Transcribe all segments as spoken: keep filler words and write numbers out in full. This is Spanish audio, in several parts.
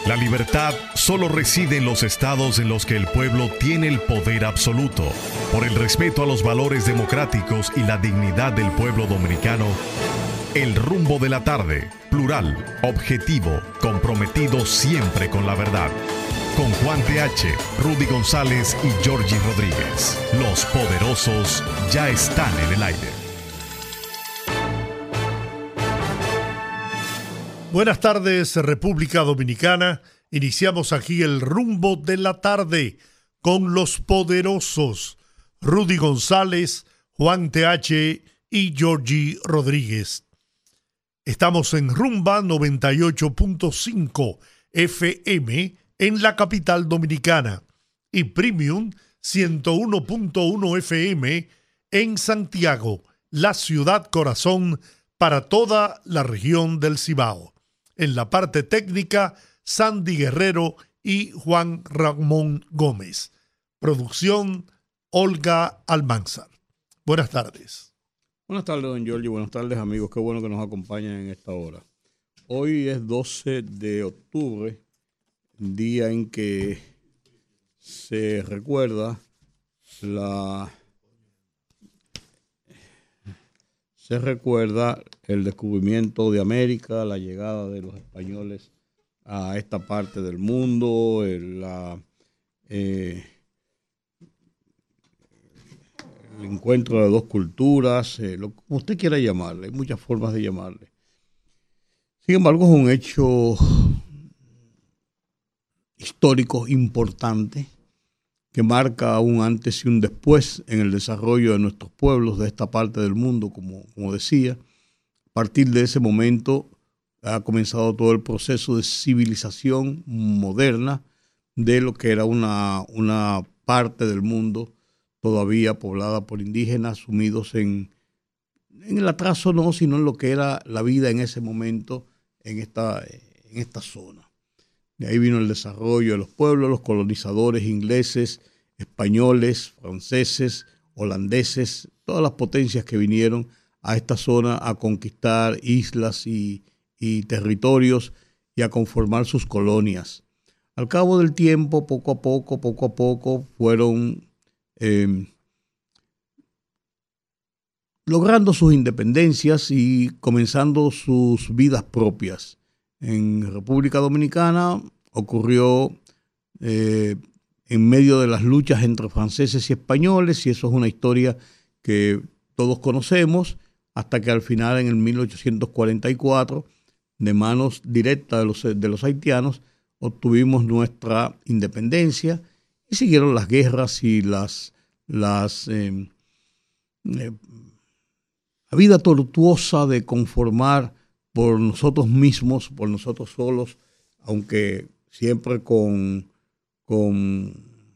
La libertad solo reside en los estados en los que el pueblo tiene el poder absoluto. Por el respeto a los valores democráticos y la dignidad del pueblo dominicano, El Rumbo de la Tarde, plural, objetivo, comprometido siempre con la verdad. Con Juan T H, Rudy González y Georgie Rodríguez. Los poderosos ya están en el aire. Buenas tardes, República Dominicana. Iniciamos aquí el Rumbo de la Tarde con los poderosos Rudy González, Juan T H y Georgie Rodríguez. Estamos en Rumba noventa y ocho punto cinco F M en la capital dominicana y Premium ciento uno punto uno F M en Santiago, la ciudad corazón para toda la región del Cibao. En la parte técnica, Sandy Guerrero y Juan Ramón Gómez. Producción, Olga Almanzar. Buenas tardes. Buenas tardes, don Giorgio. Buenas tardes, amigos. Qué bueno que nos acompañan en esta hora. Hoy es doce de octubre, día en que se recuerda la... Se recuerda el descubrimiento de América, la llegada de los españoles a esta parte del mundo, el, la, eh, el encuentro de dos culturas, eh, lo como usted quiera llamarle, hay muchas formas de llamarle. Sin embargo, es un hecho histórico importante que marca un antes y un después en el desarrollo de nuestros pueblos de esta parte del mundo, como, como decía. A partir de ese momento ha comenzado todo el proceso de civilización moderna de lo que era una, una parte del mundo todavía poblada por indígenas, sumidos en, en el atraso no, sino en lo que era la vida en ese momento en esta, en esta zona. De ahí vino el desarrollo de los pueblos, los colonizadores ingleses, españoles, franceses, holandeses, todas las potencias que vinieron a esta zona a conquistar islas y, y territorios y a conformar sus colonias. Al cabo del tiempo, poco a poco, poco a poco, fueron eh, logrando sus independencias y comenzando sus vidas propias. En República Dominicana ocurrió eh, en medio de las luchas entre franceses y españoles, y eso es una historia que todos conocemos, hasta que al final, en el mil ochocientos cuarenta y cuatro, de manos directas de los, de los haitianos, obtuvimos nuestra independencia y siguieron las guerras y las, las eh, eh, la vida tortuosa de conformar por nosotros mismos, por nosotros solos, aunque siempre con, con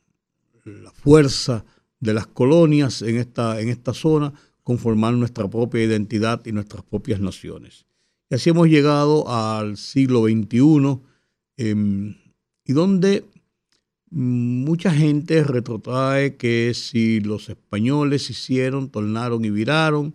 la fuerza de las colonias en esta, en esta zona, conformar nuestra propia identidad y nuestras propias naciones. Y así hemos llegado al siglo veintiuno, eh, y donde mucha gente retrotrae que si los españoles hicieron, tornaron y viraron,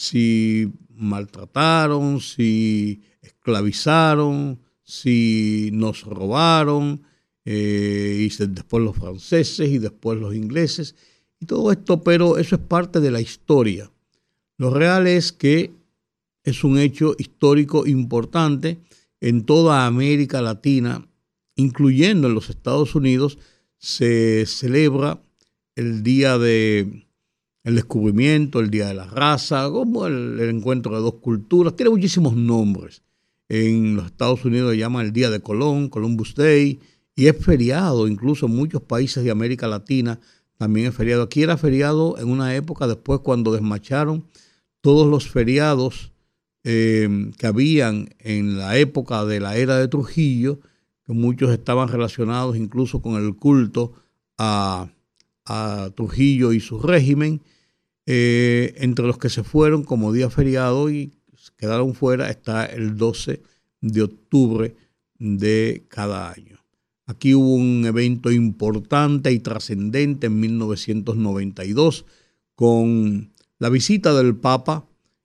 si maltrataron, si esclavizaron, si nos robaron, eh, y después los franceses y después los ingleses, y todo esto, pero eso es parte de la historia. Lo real es que es un hecho histórico importante en toda América Latina, incluyendo en los Estados Unidos. Se celebra el día de el descubrimiento, el día de la raza, como el, el encuentro de dos culturas. Tiene muchísimos nombres. En los Estados Unidos le llaman el día de Colón, Columbus Day, y es feriado, incluso en muchos países de América Latina también es feriado. Aquí era feriado en una época después, cuando desmacharon todos los feriados eh, que habían en la época de la era de Trujillo, que muchos estaban relacionados incluso con el culto a, a Trujillo y su régimen. Eh, entre los que se fueron como día feriado y quedaron fuera está el doce de octubre de cada año. Aquí hubo un evento importante y trascendente en mil novecientos noventa y dos con la visita del Papa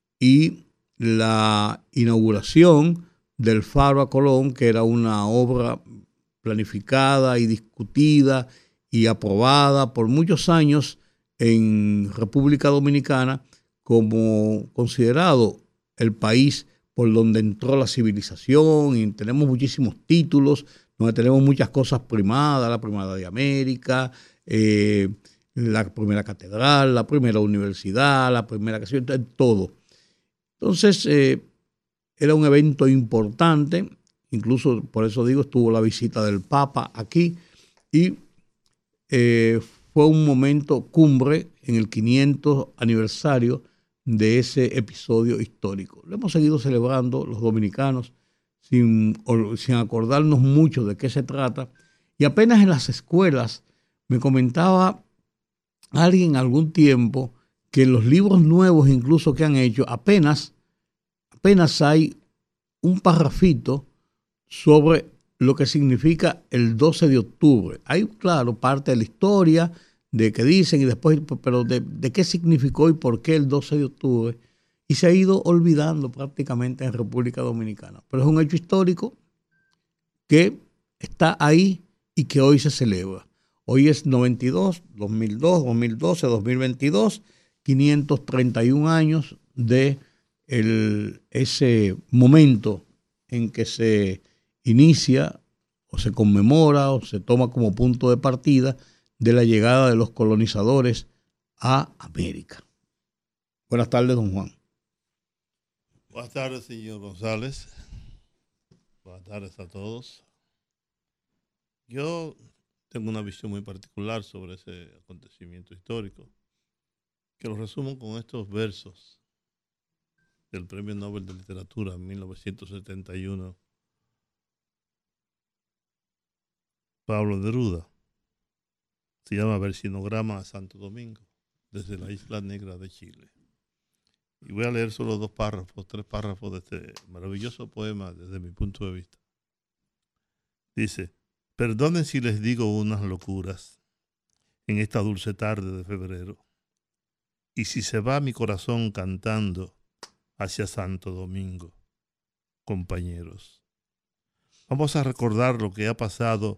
y la inauguración del Faro a Colón, que era una obra planificada y discutida y aprobada por muchos años en República Dominicana como considerado el país por donde entró la civilización, y tenemos muchísimos títulos, donde tenemos muchas cosas primadas, la primada de América, eh, la primera catedral, la primera universidad, la primera canción, todo. Entonces, eh, era un evento importante, incluso por eso digo, estuvo la visita del Papa aquí, y eh, fue un momento cumbre en el quinientos aniversario de ese episodio histórico. Lo hemos seguido celebrando los dominicanos sin, sin acordarnos mucho de qué se trata, y apenas en las escuelas me comentaba alguien algún tiempo que en los libros nuevos incluso que han hecho apenas, apenas hay un parrafito sobre lo que significa el doce de octubre. Hay, claro, parte de la historia de qué dicen y después, pero de, de qué significó y por qué el doce de octubre, y se ha ido olvidando prácticamente en República Dominicana. Pero es un hecho histórico que está ahí y que hoy se celebra. Hoy es noventa y dos, dos mil dos, dos mil doce, dos mil veintidós, quinientos treinta y un años de el, ese momento en que se inicia o se conmemora o se toma como punto de partida de la llegada de los colonizadores a América. Buenas tardes, don Juan. Buenas tardes, señor González. Buenas tardes a todos. Yo tengo una visión muy particular sobre ese acontecimiento histórico, que lo resumo con estos versos del Premio Nobel de Literatura en mil novecientos setenta y uno, Pablo Neruda. Se llama Versinograma a Santo Domingo, desde la Isla Negra de Chile. Y voy a leer solo dos párrafos, tres párrafos de este maravilloso poema desde mi punto de vista. Dice: perdonen si les digo unas locuras en esta dulce tarde de febrero, y si se va mi corazón cantando hacia Santo Domingo, compañeros. Vamos a recordar lo que ha pasado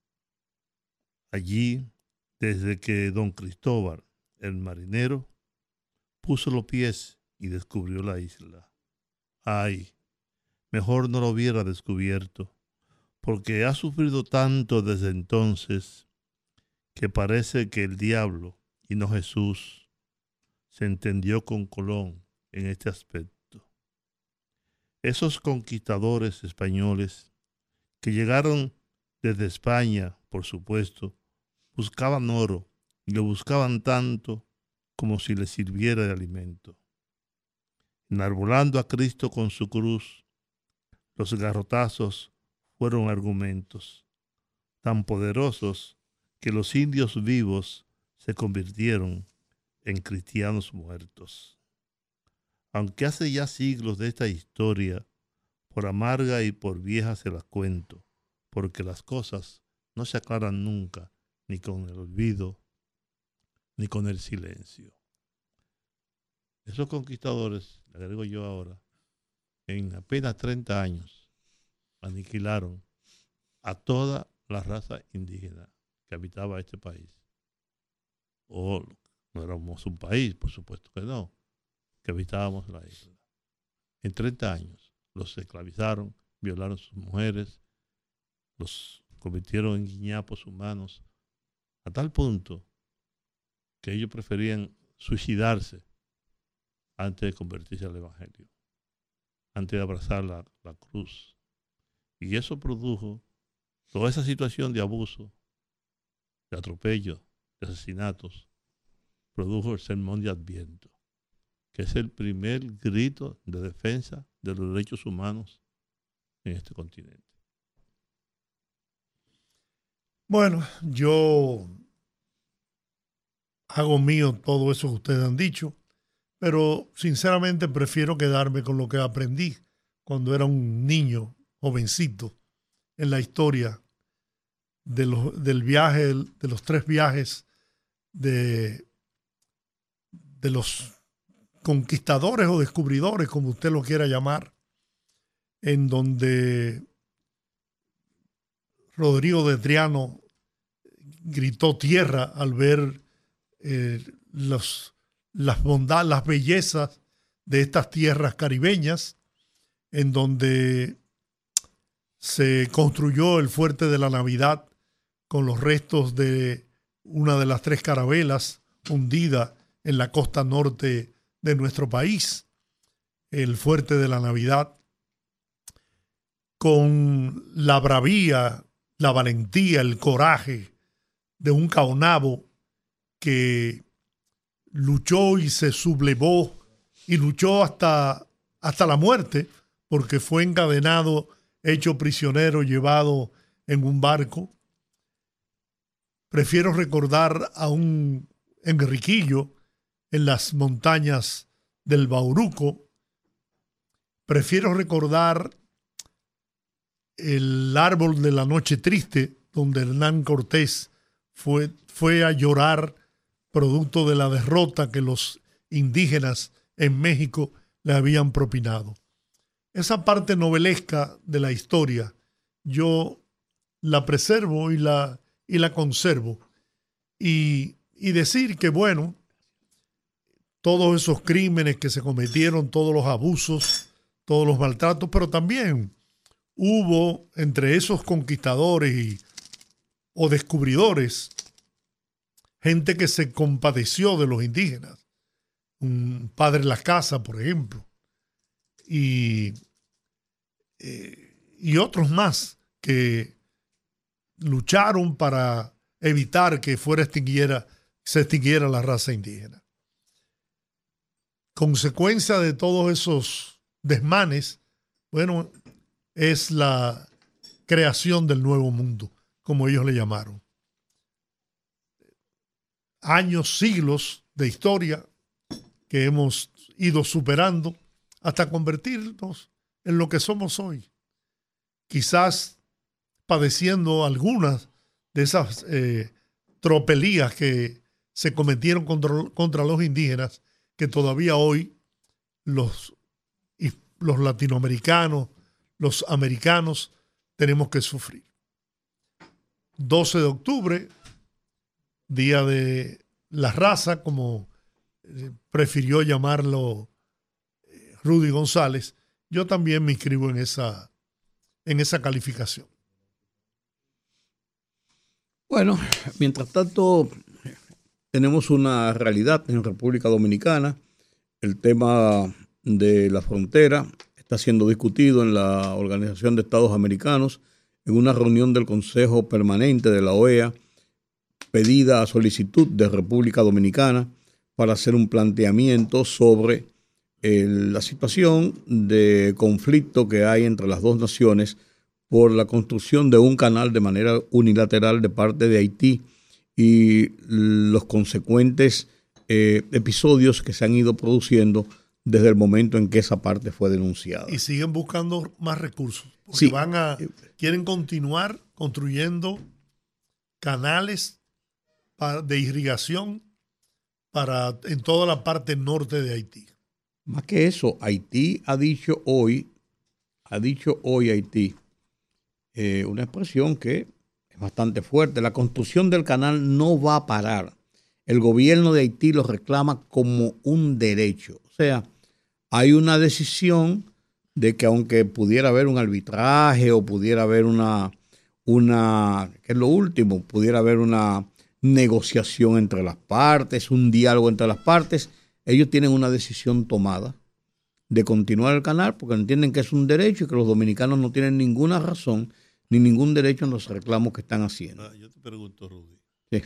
allí desde que don Cristóbal, el marinero, puso los pies y descubrió la isla. Ay, mejor no lo hubiera descubierto, porque ha sufrido tanto desde entonces que parece que el diablo, y no Jesús, se entendió con Colón en este aspecto. Esos conquistadores españoles que llegaron desde España, por supuesto, buscaban oro y lo buscaban tanto como si les sirviera de alimento. Enarbolando a Cristo con su cruz, los garrotazos fueron argumentos tan poderosos que los indios vivos se convirtieron en cristianos muertos. Aunque hace ya siglos de esta historia, por amarga y por vieja se la cuento, porque las cosas no se aclaran nunca, ni con el olvido, ni con el silencio. Esos conquistadores, le agrego yo ahora, en apenas treinta años, aniquilaron a toda la raza indígena que habitaba este país. O no éramos un país, por supuesto que no, que habitábamos la isla. En treinta años los esclavizaron, violaron sus mujeres, los convirtieron en guiñapos humanos, a tal punto que ellos preferían suicidarse antes de convertirse al Evangelio, antes de abrazar la, la cruz. Y eso produjo toda esa situación de abuso, de atropello, de asesinatos, produjo el Sermón de Adviento, que es el primer grito de defensa de los derechos humanos en este continente. Bueno, yo hago mío todo eso que ustedes han dicho, pero sinceramente prefiero quedarme con lo que aprendí cuando era un niño, jovencito, en la historia de los, del viaje, de los tres viajes de, de los conquistadores o descubridores, como usted lo quiera llamar, en donde Rodrigo de Triano gritó tierra al ver eh, los, las bondades, las bellezas de estas tierras caribeñas, en donde se construyó el Fuerte de la Navidad con los restos de una de las tres carabelas hundida en la costa norte de nuestro país, el Fuerte de la Navidad, con la bravía, la valentía, el coraje de un caonabo que luchó y se sublevó y luchó hasta, hasta la muerte, porque fue encadenado, hecho prisionero, llevado en un barco. Prefiero recordar a un Enriquillo en las montañas del Bauruco. Prefiero recordar el árbol de la noche triste, donde Hernán Cortés fue, fue a llorar producto de la derrota que los indígenas en México le habían propinado. Esa parte novelesca de la historia yo la preservo y la, y la conservo. Y, y decir que, bueno, todos esos crímenes que se cometieron, todos los abusos, todos los maltratos, pero también hubo entre esos conquistadores y, o descubridores gente que se compadeció de los indígenas. Un Padre Las Casas, por ejemplo, y, eh, y otros más que lucharon para evitar que fuera extinguiera, se extinguiera la raza indígena. Consecuencia de todos esos desmanes, bueno, es la creación del nuevo mundo, como ellos le llamaron. Años, siglos de historia que hemos ido superando hasta convertirnos en lo que somos hoy. Quizás padeciendo algunas de esas eh, tropelías que se cometieron contra, contra los indígenas, que todavía hoy los, los latinoamericanos, los americanos, tenemos que sufrir. doce de octubre, Día de la Raza, como eh, prefirió llamarlo eh, Rudy González. Yo también me inscribo en esa, en esa calificación. Bueno, mientras tanto, tenemos una realidad en República Dominicana. El tema de la frontera está siendo discutido en la Organización de Estados Americanos en una reunión del Consejo Permanente de la O E A, pedida a solicitud de República Dominicana para hacer un planteamiento sobre eh, la situación de conflicto que hay entre las dos naciones por la construcción de un canal de manera unilateral de parte de Haití y los consecuentes eh, episodios que se han ido produciendo desde el momento en que esa parte fue denunciada. Y siguen buscando más recursos, porque sí. van a, quieren continuar construyendo canales para, de irrigación para, en toda la parte norte de Haití. Más que eso, Haití ha dicho hoy, ha dicho hoy Haití, eh, una expresión que es bastante fuerte: la construcción del canal no va a parar. El gobierno de Haití lo reclama como un derecho. O sea, hay una decisión de que aunque pudiera haber un arbitraje o pudiera haber una, una, que es lo último, pudiera haber una negociación entre las partes, un diálogo entre las partes, ellos tienen una decisión tomada de continuar el canal porque entienden que es un derecho y que los dominicanos no tienen ninguna razón ni ningún derecho en los reclamos que están haciendo. Ah, yo te pregunto, Rudy. Sí.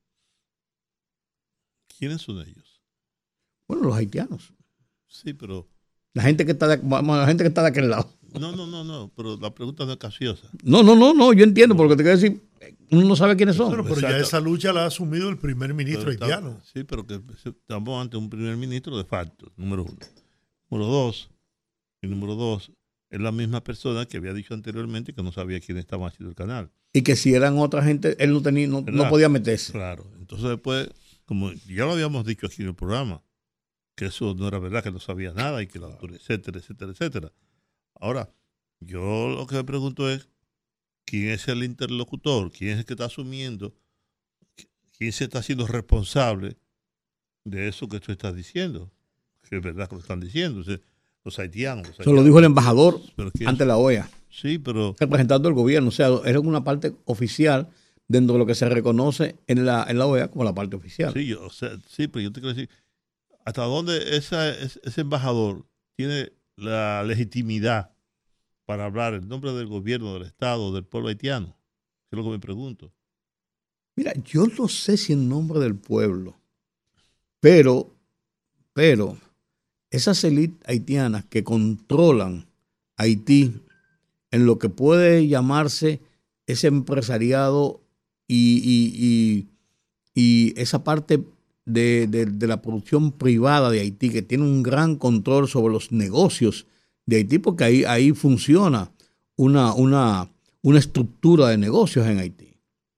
¿Quiénes son ellos? Bueno, los haitianos. Sí, pero... La gente que está de, la gente que está de aquel lado. No, no, no, no, pero la pregunta no es capciosa. No, no, no, no, yo entiendo, porque te quiero decir, uno no sabe quiénes son. Pero, pero ya esa lucha la ha asumido el primer ministro Pero haitiano. Estamos, sí, pero que estamos ante un primer ministro de facto, número uno. Número dos, y número dos, es la misma persona que había dicho anteriormente que no sabía quién estaba haciendo el canal. Y que si eran otra gente, él no tenía, no, no podía meterse. Claro, entonces después, como ya lo habíamos dicho aquí en el programa, que eso no era verdad, que no sabía nada y que la etcétera, etcétera, etcétera. Ahora, yo lo que me pregunto es, quién es el interlocutor, quién es el que está asumiendo, quién se está haciendo responsable de eso que tú estás diciendo. Que es verdad que lo están diciendo. O sea, los haitianos. Los Eso lo dijo el embajador ante es? la O E A. Sí, pero... representando al gobierno. O sea, era una parte oficial dentro de lo que se reconoce en la, en la O E A como la parte oficial. Sí, yo, o sea, sí, pero yo te quiero decir, ¿hasta dónde esa, ese embajador tiene la legitimidad para hablar en nombre del gobierno, del Estado, del pueblo haitiano? Es lo que me pregunto. Mira, yo no sé si en nombre del pueblo, pero, pero esas élites haitianas que controlan Haití en lo que puede llamarse ese empresariado y, y, y, y esa parte de, de, de la producción privada de Haití, que tiene un gran control sobre los negocios de Haití, porque ahí, ahí funciona una, una, una estructura de negocios en Haití.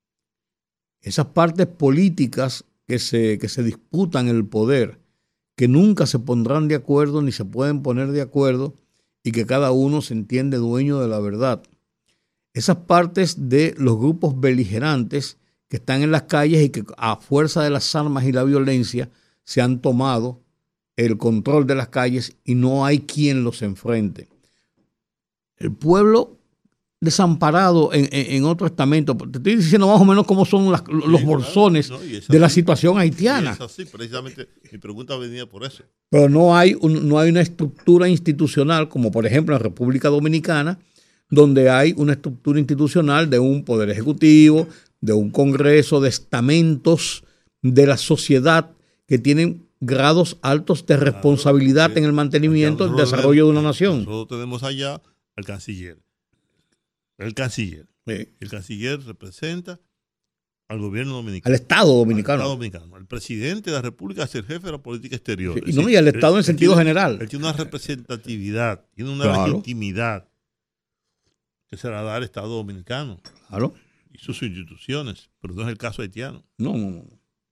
Esas partes políticas que se, que se disputan el poder, que nunca se pondrán de acuerdo ni se pueden poner de acuerdo, y que cada uno se entiende dueño de la verdad. Esas partes de los grupos beligerantes que están en las calles y que a fuerza de las armas y la violencia se han tomado el control de las calles y no hay quien los enfrente. El pueblo desamparado en, en, en otro estamento. Te estoy diciendo más o menos cómo son las, los sí, bolsones claro, no, de la situación haitiana. Es así, precisamente mi pregunta venía por eso. Pero no hay, un, no hay una estructura institucional, como por ejemplo en República Dominicana, donde hay una estructura institucional de un poder ejecutivo, de un congreso, de estamentos de la sociedad que tienen grados altos de responsabilidad claro, en el mantenimiento y el desarrollo de una nación. Nosotros tenemos allá al canciller. El canciller. Sí. El canciller representa al gobierno dominicano. Al Estado dominicano. Al Estado dominicano. El presidente de la República es el jefe de la política exterior. Sí, y, no, y al Estado él, en sentido tiene, general. Él tiene una representatividad, tiene una claro. legitimidad que se la da al Estado dominicano. Claro. Y sus instituciones, pero no es el caso haitiano. No, no, no.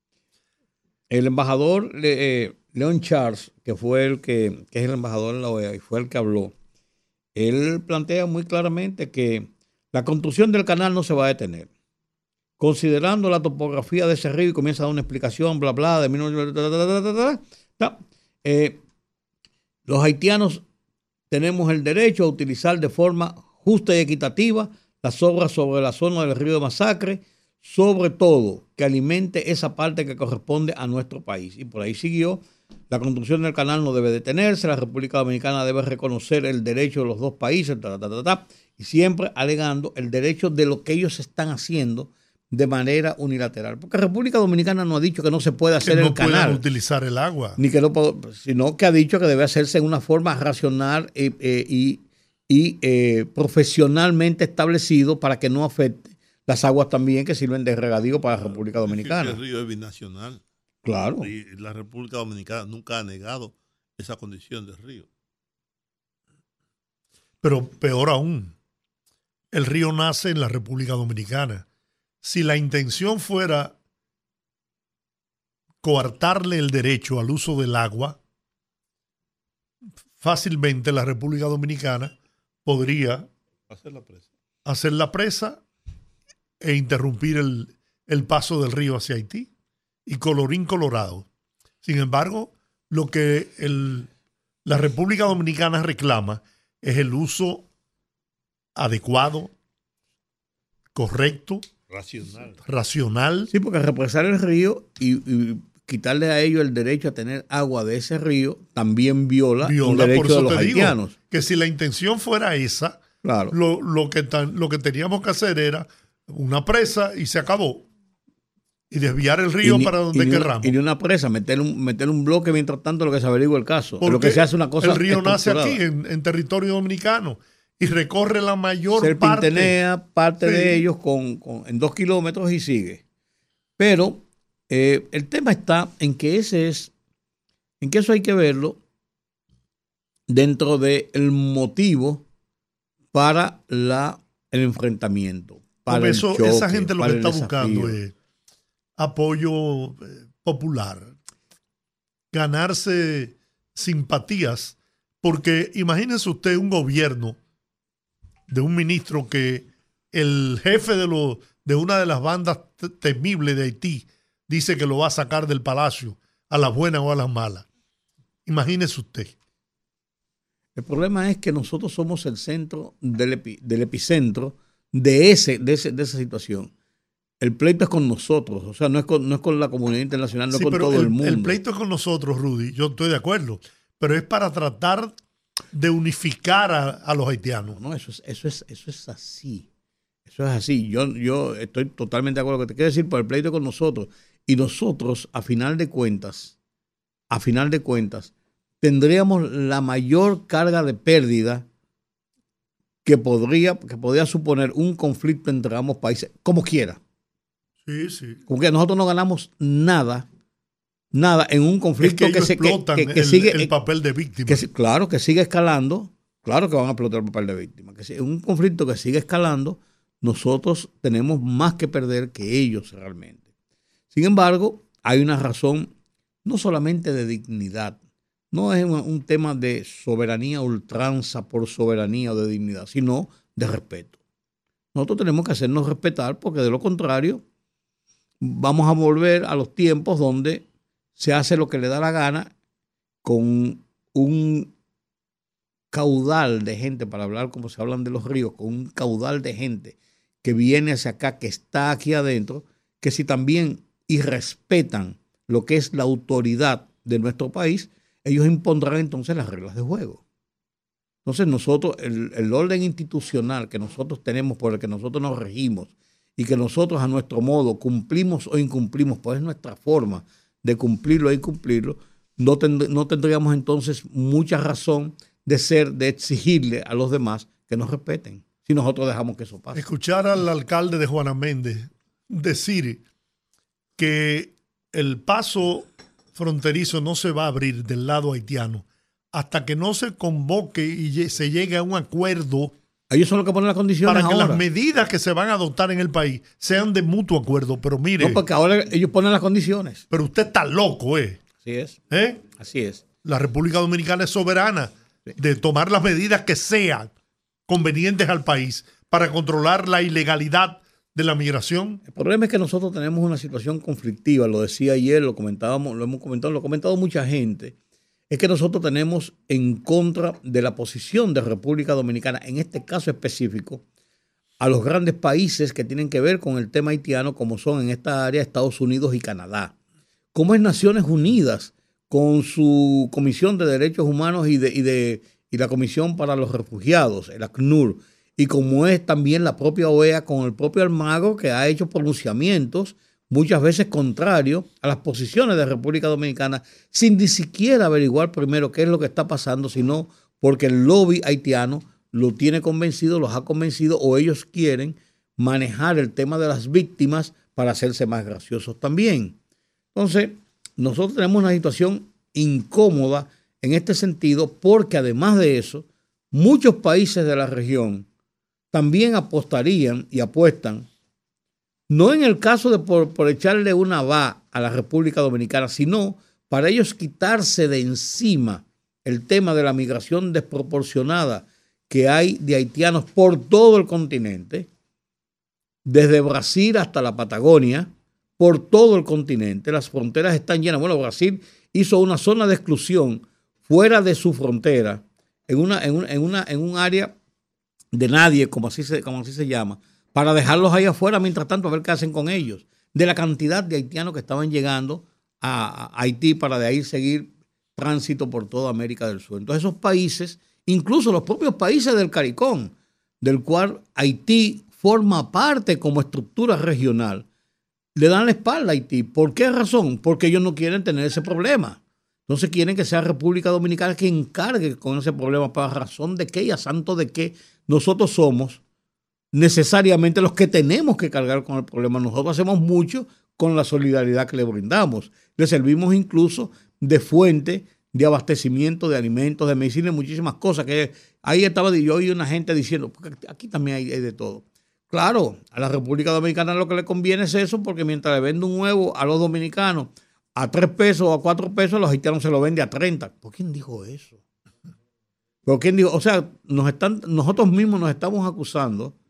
El embajador eh, Leon Charles, que fue el que, que es el embajador en la O E A y fue el que habló, él plantea muy claramente que la construcción del canal no se va a detener. Considerando la topografía de ese río, y comienza a dar una explicación, bla, bla, de mil novecientos... Eh, los haitianos tenemos el derecho a utilizar de forma justa y equitativa las obras sobre la zona del río de Masacre, sobre todo que alimente esa parte que corresponde a nuestro país. Y por ahí siguió, la construcción del canal no debe detenerse, la República Dominicana debe reconocer el derecho de los dos países, ta, ta, ta, ta, y siempre alegando el derecho de lo que ellos están haciendo de manera unilateral. Porque República Dominicana no ha dicho que no se puede hacer que no el canal. No utilizar el agua. Ni que no, sino que ha dicho que debe hacerse en una forma racional eh, eh, y y eh, profesionalmente establecido para que no afecte las aguas también que sirven de regadío para la República Dominicana. El río es binacional. Claro. Y la República Dominicana nunca ha negado esa condición del río. Pero peor aún, el río nace en la República Dominicana. Si la intención fuera coartarle el derecho al uso del agua, fácilmente la República Dominicana podría hacer la presa, hacer la presa e interrumpir el, el paso del río hacia Haití. Y colorín colorado. Sin embargo, lo que el, la República Dominicana reclama es el uso adecuado, correcto, racional. racional. Sí, porque represar el río y, y quitarle a ellos el derecho a tener agua de ese río también viola, viola un derecho por eso de los te haitianos. Digo que si la intención fuera esa, claro. lo, lo, que tan, lo que teníamos que hacer era una presa y se acabó. Y desviar el río ni, para donde y querramos. Y de una presa, meter un, meter un bloque mientras tanto lo que se averigua el caso. Porque lo que se hace una cosa el río nace aquí, en, en territorio dominicano, y recorre la mayor Serpentenea parte. parte sí. de ellos con, con, en dos kilómetros y sigue. Pero eh, el tema está en que ese es, en que eso hay que verlo dentro del motivo para la, el enfrentamiento. Para Por eso el choque, esa gente lo que está desafío. buscando es apoyo eh, popular, ganarse simpatías, porque imagínense usted un gobierno de un ministro que el jefe de, lo, de una de las bandas temibles de Haití dice que lo va a sacar del palacio, a las buenas o a las malas. Imagínese usted. El problema es que nosotros somos el centro del, epi, del epicentro de, ese, de, ese, de esa situación. El pleito es con nosotros, o sea, no es con, no es con la comunidad internacional, no sí, es con pero todo el, el mundo. El pleito es con nosotros, Rudy, yo estoy de acuerdo, pero es para tratar de unificar a, a los haitianos. No, eso es, eso es, eso es así. Eso es así. Yo, yo estoy totalmente de acuerdo con lo que te quiero decir, por el pleito es con nosotros. Y nosotros, a final de cuentas, a final de cuentas, tendríamos la mayor carga de pérdida que podría, que podría suponer un conflicto entre ambos países, como quiera. Sí, sí. Como que nosotros no ganamos nada, nada en un conflicto es que, que, ellos se, que, que, que el, sigue el papel de víctima. Que, claro, que sigue escalando, claro que van a explotar el papel de víctima. Que si, en un conflicto que sigue escalando, nosotros tenemos más que perder que ellos realmente. Sin embargo, hay una razón no solamente de dignidad, no es un, un tema de soberanía ultranza por soberanía o de dignidad, sino de respeto. Nosotros tenemos que hacernos respetar porque de lo contrario vamos a volver a los tiempos donde se hace lo que le da la gana con un caudal de gente, para hablar como se hablan de los ríos, con un caudal de gente que viene hacia acá, que está aquí adentro, que si también irrespetan lo que es la autoridad de nuestro país, ellos impondrán entonces las reglas de juego. Entonces nosotros, el, el orden institucional que nosotros tenemos, por el que nosotros nos regimos y que nosotros a nuestro modo cumplimos o incumplimos, pues es nuestra forma de cumplirlo e incumplirlo, no, tend- no tendríamos entonces mucha razón de ser, de exigirle a los demás que nos respeten, si nosotros dejamos que eso pase. Escuchar al alcalde de Juana Méndez decir que el paso fronterizo no se va a abrir del lado haitiano hasta que no se convoque y se llegue a un acuerdo. Ellos son los que ponen las condiciones para que ahora. las medidas que se van a adoptar en el país sean de mutuo acuerdo. Pero mire. No, porque ahora ellos ponen las condiciones. Pero usted está loco, ¿eh? Así es. ¿Eh? Así es. La República Dominicana es soberana sí. de tomar las medidas que sean convenientes al país para controlar la ilegalidad de la migración. El problema es que nosotros tenemos una situación conflictiva, lo decía ayer, lo comentábamos, lo hemos comentado, lo ha comentado mucha gente. Es que nosotros tenemos en contra de la posición de República Dominicana, en este caso específico, a los grandes países que tienen que ver con el tema haitiano, como son en esta área Estados Unidos y Canadá. Como es Naciones Unidas, con su Comisión de Derechos Humanos y, de, y, de, y la Comisión para los Refugiados, el ACNUR, y como es también la propia O E A con el propio Almagro, que ha hecho pronunciamientos muchas veces contrarios a las posiciones de República Dominicana, sin ni siquiera averiguar primero qué es lo que está pasando, sino porque el lobby haitiano lo tiene convencido, los ha convencido, o ellos quieren manejar el tema de las víctimas para hacerse más graciosos también. Entonces, nosotros tenemos una situación incómoda en este sentido, porque además de eso, muchos países de la región también apostarían y apuestan, no en el caso de por, por echarle una va a la República Dominicana, sino para ellos quitarse de encima el tema de la migración desproporcionada que hay de haitianos por todo el continente, desde Brasil hasta la Patagonia, por todo el continente. Las fronteras están llenas. Bueno, Brasil hizo una zona de exclusión fuera de su frontera, en una, en una, en una, en un área de nadie, como así se, como así se llama, para dejarlos ahí afuera, mientras tanto a ver qué hacen con ellos, de la cantidad de haitianos que estaban llegando a, a Haití para de ahí seguir tránsito por toda América del Sur. Entonces esos países, incluso los propios países del CARICOM, del cual Haití forma parte como estructura regional, le dan la espalda a Haití. ¿Por qué razón? Porque ellos no quieren tener ese problema. Entonces quieren que sea República Dominicana quien encargue con ese problema. ¿Para razón de qué y a santo de qué nosotros somos necesariamente los que tenemos que cargar con el problema? Nosotros hacemos mucho con la solidaridad que le brindamos. Le servimos incluso de fuente de abastecimiento de alimentos, de medicina y muchísimas cosas. Que ahí estaba yo y una gente diciendo, porque aquí también hay, hay de todo. Claro, a la República Dominicana lo que le conviene es eso, porque mientras le vende un huevo a los dominicanos a tres pesos o a cuatro pesos, los haitianos se lo vende a treinta. ¿Por quién dijo eso? ¿Por quién dijo? O sea, nos están, nosotros mismos nos estamos acusando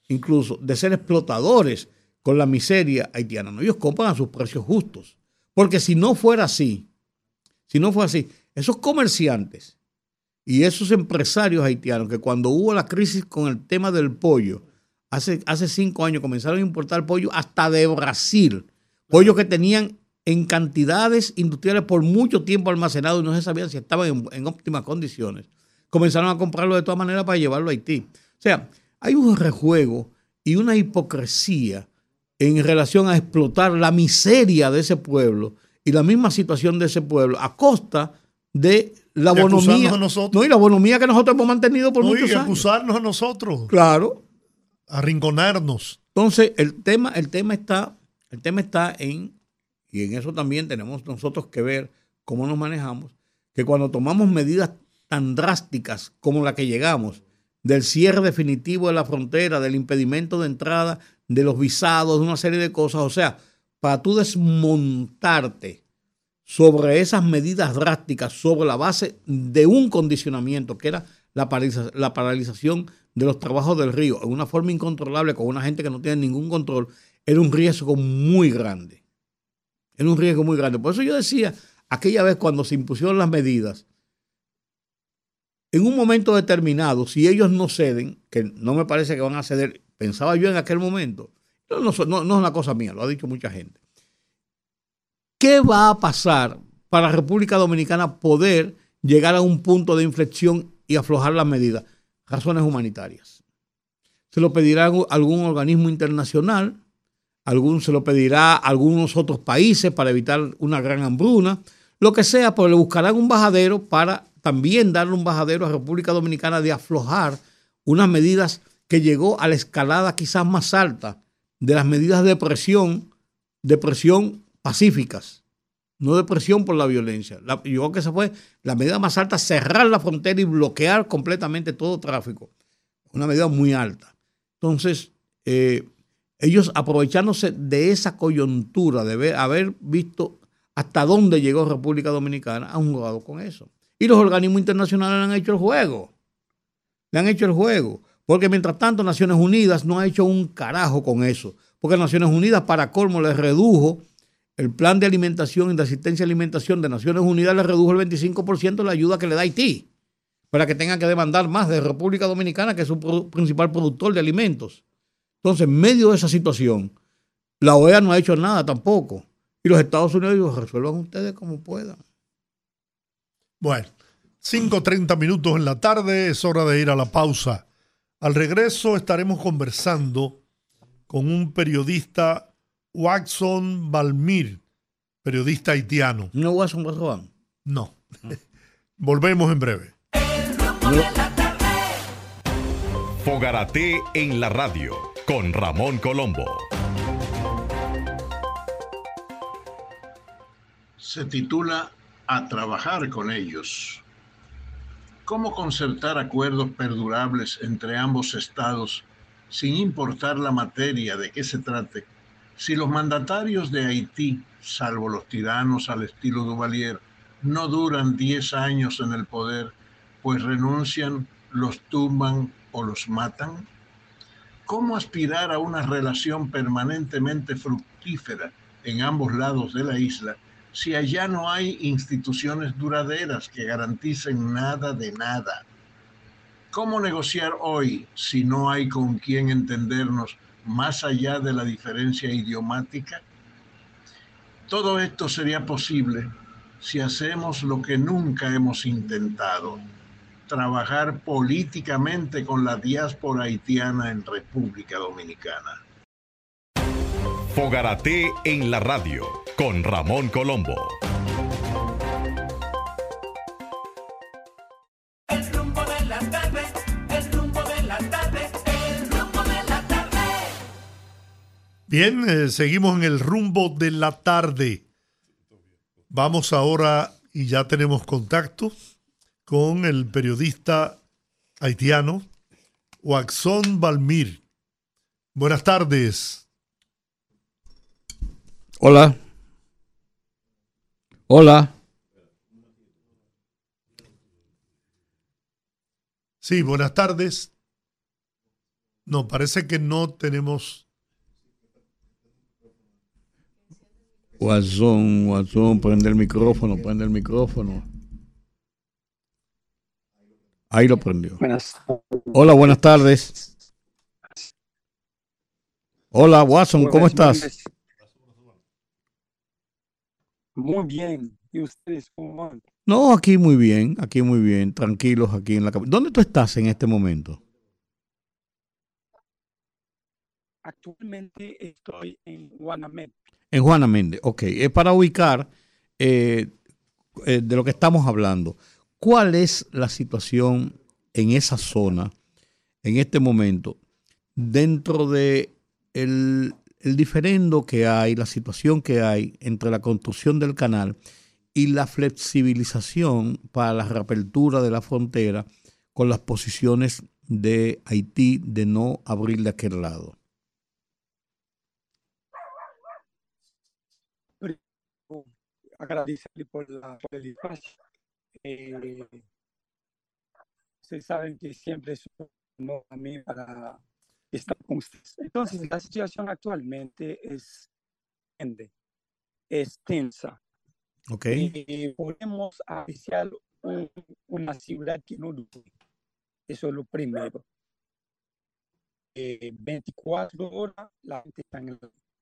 incluso de ser explotadores con la miseria haitiana. No, ellos compran a sus precios justos. Porque si no fuera así, si no fuera así, esos comerciantes y esos empresarios haitianos que cuando hubo la crisis con el tema del pollo, hace, hace cinco años comenzaron a importar pollo hasta de Brasil, pollo que tenían en cantidades industriales por mucho tiempo almacenados y no se sabían si estaban en, en óptimas condiciones. Comenzaron a comprarlo de todas maneras para llevarlo a Haití. O sea, hay un rejuego y una hipocresía en relación a explotar la miseria de ese pueblo y la misma situación de ese pueblo a costa de la de bonomía. A nosotros. No, y la bonomía que nosotros hemos mantenido por no, muchos y años. acusarnos a nosotros. Claro. Arrinconarnos. Entonces, el tema, el tema está, el tema está en, y en eso también tenemos nosotros que ver cómo nos manejamos, que cuando tomamos medidas tan drásticas como la que llegamos, del cierre definitivo de la frontera, del impedimento de entrada, de los visados, de una serie de cosas, o sea, para tú desmontarte sobre esas medidas drásticas, sobre la base de un condicionamiento, que era la, paraliza- la paralización de los trabajos del río, en una forma incontrolable, con una gente que no tiene ningún control, era un riesgo muy grande. Era un riesgo muy grande. Por eso yo decía, aquella vez cuando se impusieron las medidas, en un momento determinado, si ellos no ceden, que no me parece que van a ceder, pensaba yo en aquel momento, no, no, no, no es una cosa mía, lo ha dicho mucha gente. ¿Qué va a pasar para la República Dominicana poder llegar a un punto de inflexión y aflojar las medidas? Razones humanitarias. Se lo pedirá algún organismo internacional, algún, se lo pedirá a algunos otros países para evitar una gran hambruna, lo que sea, pero le buscarán un bajadero para también darle un bajadero a República Dominicana de aflojar unas medidas que llegó a la escalada quizás más alta de las medidas de presión, de presión pacíficas, no de presión por la violencia. La, yo creo que esa fue la medida más alta, cerrar la frontera y bloquear completamente todo tráfico. Una medida muy alta. Entonces, eh, ellos aprovechándose de esa coyuntura, de ver, haber visto hasta dónde llegó República Dominicana, han jugado con eso. Y los organismos internacionales le han hecho el juego. Le han hecho el juego. Porque mientras tanto Naciones Unidas no ha hecho un carajo con eso. Porque Naciones Unidas, para colmo, les redujo el plan de alimentación y de asistencia a alimentación de Naciones Unidas, les redujo el veinticinco por ciento de la ayuda que le da Haití. Para que tengan que demandar más de República Dominicana, que es su pro- principal productor de alimentos. Entonces, en medio de esa situación, la O E A no ha hecho nada tampoco. Y los Estados Unidos digo, resuelvan ustedes como puedan. Bueno, cinco treinta minutos en la tarde, es hora de ir a la pausa. Al regreso estaremos conversando con un periodista, Watson Balmir, periodista haitiano. ¿No Watson Barroban? No. Volvemos en breve. Fogarate en la radio con Ramón Colombo. Se titula A trabajar con ellos. ¿Cómo concertar acuerdos perdurables entre ambos estados sin importar la materia de qué se trate, si los mandatarios de Haití, salvo los tiranos al estilo Duvalier, no duran diez años en el poder, pues renuncian, los tumban o los matan? ¿Cómo aspirar a una relación permanentemente fructífera en ambos lados de la isla si allá no hay instituciones duraderas que garanticen nada de nada? ¿Cómo negociar hoy si no hay con quien entendernos más allá de la diferencia idiomática? Todo esto sería posible si hacemos lo que nunca hemos intentado: trabajar políticamente con la diáspora haitiana en República Dominicana. Fogarate en la radio con Ramón Colombo. El rumbo de la tarde, el rumbo de la tarde, el rumbo de la tarde. Bien, eh, seguimos en el rumbo de la tarde. Vamos ahora, y ya tenemos contacto con el periodista haitiano Watson Balmir. Buenas tardes. Hola. Hola. Sí, buenas tardes. No, parece que no tenemos. Guasón, Guasón, prende el micrófono, prende el micrófono. Ahí lo prendió. Buenas. Hola, buenas tardes. Hola, Watson, ¿cómo estás? Muy bien. ¿Y ustedes cómo van? No, aquí muy bien, aquí muy bien, tranquilos aquí en la capital. ¿Dónde tú estás en este momento? Actualmente estoy en Guanamé. En Juana Méndez, ok. Es para ubicar eh, eh, de lo que estamos hablando. ¿Cuál es la situación en esa zona, en este momento, dentro de el, el diferendo que hay, la situación que hay entre la construcción del canal y la flexibilización para la reapertura de la frontera con las posiciones de Haití de no abrir de aquel lado? Agradecerle por, la, por el espacio. Eh, ustedes saben que siempre es un honor a mí para estar con ustedes. Entonces, la situación actualmente es, es tensa. Ok. Eh, podemos apreciar un, una ciudad que no duerme. Eso es lo primero. Eh, veinticuatro horas la gente está en el...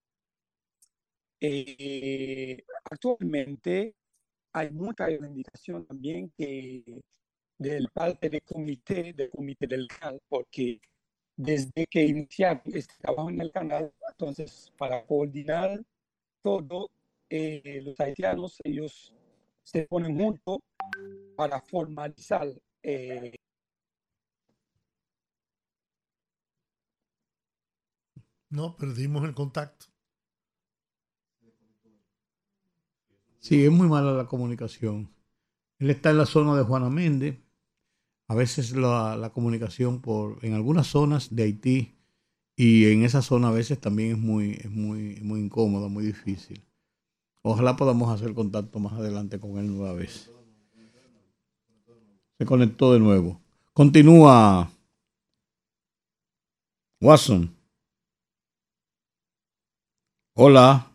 Eh, actualmente hay mucha reivindicación también que del parte del comité, del comité del canal, porque desde que iniciaron este trabajo en el canal, entonces para coordinar todo, eh, los haitianos, ellos se ponen juntos para formalizar eh, No, perdimos el contacto. Sí, es muy mala la comunicación. Él está en la zona de Juana Méndez. A veces la, la comunicación por en algunas zonas de Haití y en esa zona a veces también es muy, es muy, muy incómoda, muy difícil. Ojalá podamos hacer contacto más adelante con él nueva vez. Se conectó de nuevo. Continúa. Watson. Hola.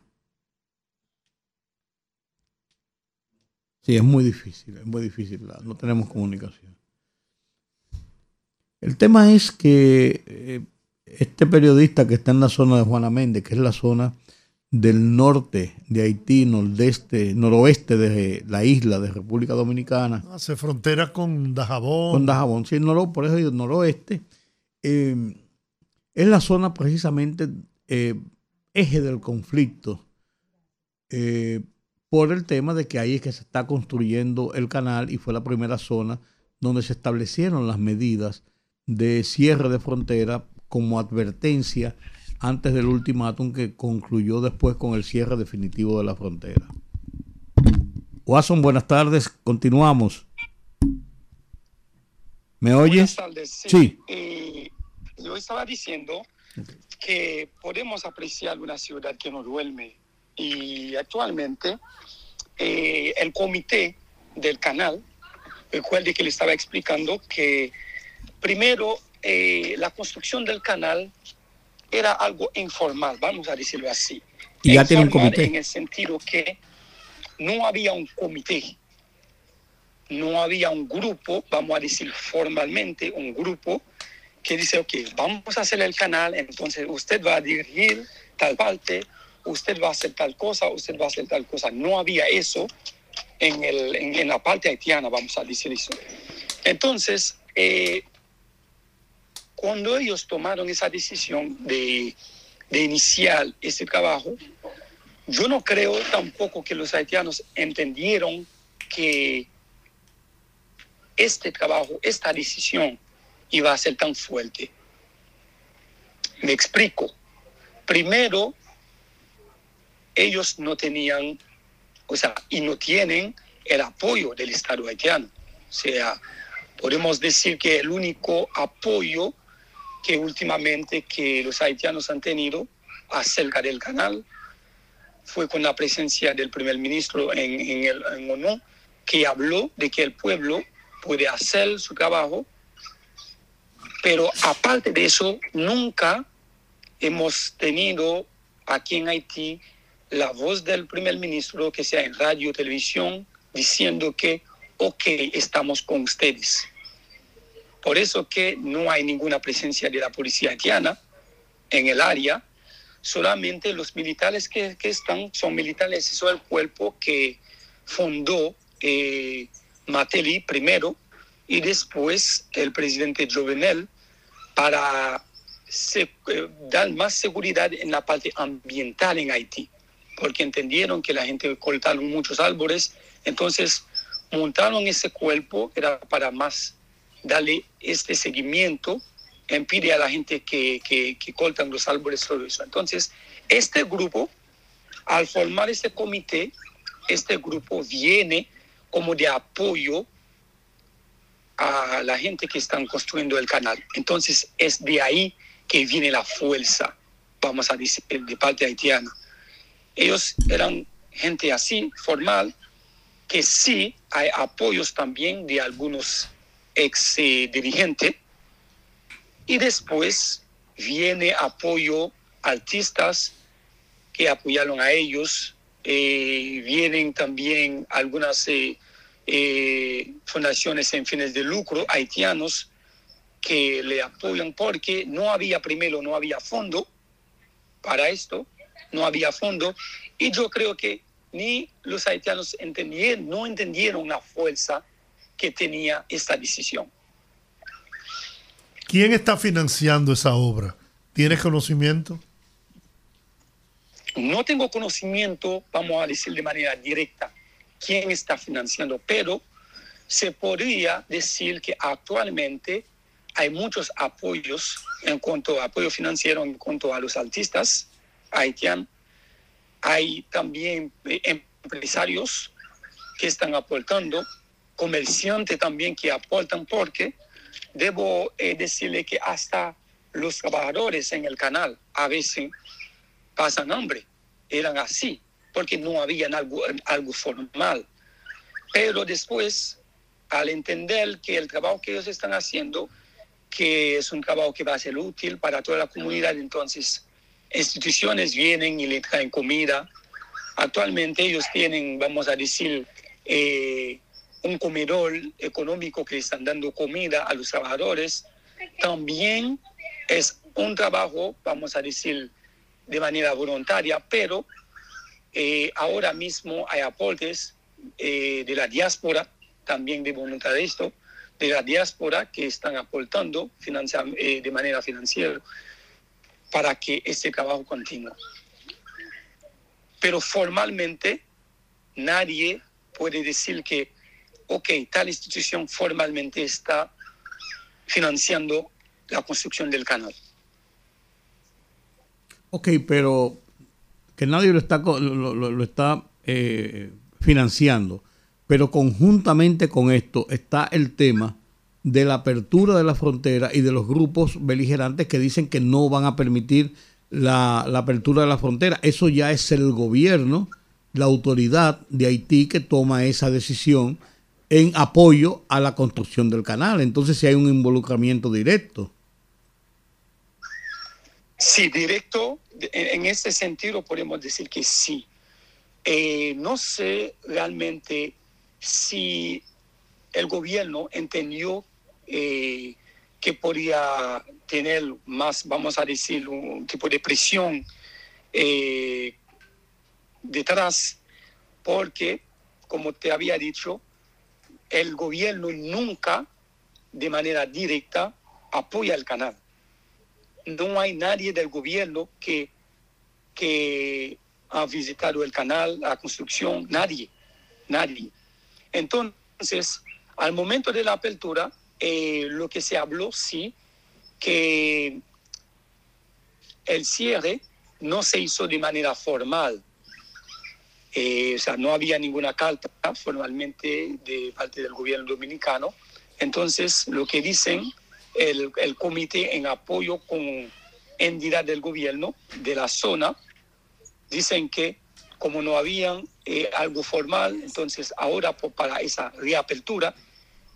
Sí, es muy difícil, es muy difícil. No tenemos comunicación. El tema es que eh, este periodista que está en la zona de Juana Méndez, que es la zona del norte de Haití, nordeste, noroeste de la isla de República Dominicana. Hace frontera con Dajabón. Con Dajabón, sí, el noro, por eso el noroeste. Eh, es la zona precisamente eh, eje del conflicto. Eh, por el tema de que ahí es que se está construyendo el canal y fue la primera zona donde se establecieron las medidas de cierre de frontera como advertencia antes del ultimátum que concluyó después con el cierre definitivo de la frontera. Watson, buenas tardes, continuamos. ¿Me oyes? Buenas tardes, sí. Sí. Eh, yo estaba diciendo que podemos apreciar una ciudad que no duerme y actualmente eh, el comité del canal, recuerde que le estaba explicando que primero eh, la construcción del canal era algo informal, vamos a decirlo así. Y ya tiene un comité. En el sentido que no había un comité, no había un grupo, vamos a decir formalmente, un grupo que dice, ok, vamos a hacer el canal, entonces usted va a dirigir tal parte, usted va a hacer tal cosa, usted va a hacer tal cosa. No había eso en, el, en, en la parte haitiana, vamos a decir eso. Entonces, eh, cuando ellos tomaron esa decisión de, de iniciar ese trabajo, yo no creo tampoco que los haitianos entendieron que este trabajo, esta decisión iba a ser tan fuerte. Me explico. Primero, ellos no tenían, o sea, y no tienen el apoyo del Estado haitiano. O sea, podemos decir que el único apoyo que últimamente que los haitianos han tenido acerca del canal fue con la presencia del primer ministro en, en, el, en ONU, que habló de que el pueblo puede hacer su trabajo Pero aparte de eso, nunca hemos tenido aquí en Haití la voz del primer ministro, que sea en radio, televisión, diciendo que, ok, estamos con ustedes. Por eso que no hay ninguna presencia de la policía haitiana en el área. Solamente los militares que, que están son militares, eso es el cuerpo que fundó eh, Mateli primero y después el presidente Jovenel para se, eh, dar más seguridad en la parte ambiental en Haití, porque entendieron que la gente cortaron muchos árboles, entonces montaron ese cuerpo, era para más darle este seguimiento, impide a la gente que, que, que cortan los árboles, todo eso. Entonces, este grupo, al formar este comité, este grupo viene como de apoyo a la gente que están construyendo el canal. Entonces, es de ahí que viene la fuerza, vamos a decir, de parte haitiana. Ellos eran gente así, formal, que sí hay apoyos también de algunos ex eh, dirigentes, y después viene apoyo artistas que apoyaron a ellos, eh, vienen también algunas eh, eh, fundaciones sin fines de lucro haitianos que le apoyan, porque no había primero, no había fondo para esto, no había fondo, y yo creo que ni los haitianos entendieron, no entendieron la fuerza que tenía esta decisión. ¿Quién está financiando esa obra? ¿Tienes conocimiento? No tengo conocimiento, vamos a decir de manera directa, quién está financiando, pero se podría decir que actualmente hay muchos apoyos en cuanto a apoyo financiero en cuanto a los artistas haitianos. Hay también empresarios que están aportando, comerciantes también que aportan, porque debo eh, decirle que hasta los trabajadores en el canal a veces pasan hambre. Eran así, porque no había algo, algo formal. Pero después, al entender que el trabajo que ellos están haciendo, que es un trabajo que va a ser útil para toda la comunidad, entonces instituciones vienen y le traen comida. Actualmente ellos tienen, vamos a decir, eh, un comedor económico que están dando comida a los trabajadores. También es un trabajo, vamos a decir, de manera voluntaria, pero eh, ahora mismo hay aportes eh, de la diáspora, también de voluntariado, de la diáspora que están aportando financia, eh, de manera financiera para que este trabajo continúe. Pero formalmente nadie puede decir que, ok, tal institución formalmente está financiando la construcción del canal. Ok, pero que nadie lo está, lo, lo, lo está eh, financiando, pero conjuntamente con esto está el tema de la apertura de la frontera y de los grupos beligerantes que dicen que no van a permitir la, la apertura de la frontera. Eso ya es el gobierno, la autoridad de Haití que toma esa decisión en apoyo a la construcción del canal. Entonces, si hay un involucramiento directo. Sí, directo, en ese sentido podemos decir que sí. Eh, no sé realmente si el gobierno entendió eh, que podía tener más, vamos a decir, un tipo de presión eh, detrás, porque, como te había dicho, el gobierno nunca, de manera directa, apoya el canal. No hay nadie del gobierno que, que ha visitado el canal, la construcción, nadie, nadie. Entonces, al momento de la apertura, eh, lo que se habló, sí, que el cierre no se hizo de manera formal. Eh, o sea, no había ninguna carta formalmente de parte del gobierno dominicano. Entonces, lo que dicen el, el comité en apoyo con entidad del gobierno de la zona, dicen que como no había eh, algo formal, entonces ahora por, para esa reapertura,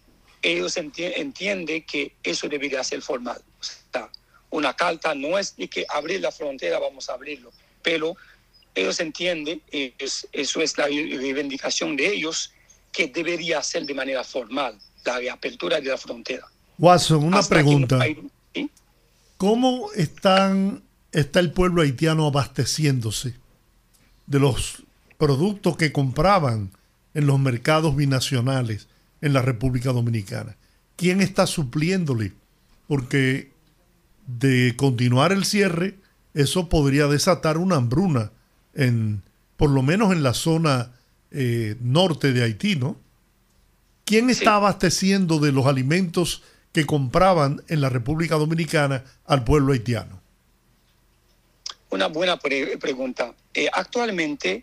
ellos enti- entienden que eso debería ser formal. O sea, una carta no es de que abrir la frontera, vamos a abrirlo, pero ellos entienden, ellos, eso es la reivindicación de ellos, que debería ser de manera formal la reapertura de la frontera. Watson, una Hasta que pregunta. no hay- ¿sí? ¿Cómo están, está el pueblo haitiano abasteciéndose de los productos que compraban en los mercados binacionales en la República Dominicana? ¿Quién está supliéndole? Porque de continuar el cierre, eso podría desatar una hambruna, en, por lo menos en la zona eh, norte de Haití, ¿no? ¿Quién está Sí. abasteciendo de los alimentos que compraban en la República Dominicana al pueblo haitiano? Una buena pre- pregunta. Eh, actualmente,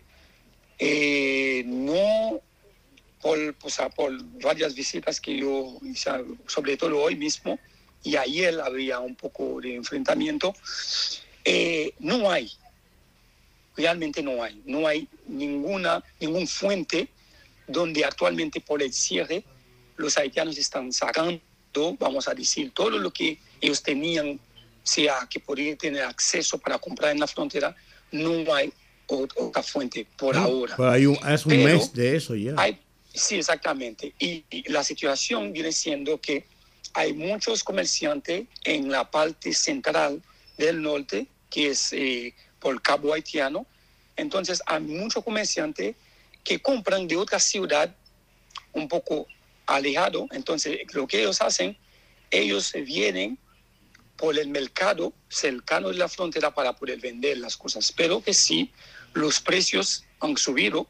eh, no, por, o sea, por varias visitas que yo hice, sobre todo hoy mismo, y ayer había un poco de enfrentamiento, eh, no hay, realmente no hay, no hay ninguna, ningún fuente donde actualmente por el cierre los haitianos están sacando, vamos a decir, todo lo que ellos tenían, sea que podían tener acceso para comprar en la frontera, no hay otra fuente por ahora. Pero hay un, es un Pero mes de eso ya. Hay, sí, exactamente. Y, y la situación viene siendo que hay muchos comerciantes en la parte central del norte, que es eh, por Cabo Haitiano. Entonces hay muchos comerciantes que compran de otra ciudad un poco alejado. Entonces lo que ellos hacen, ellos vienen por el mercado cercano de la frontera para poder vender las cosas. Pero que sí, los precios han subido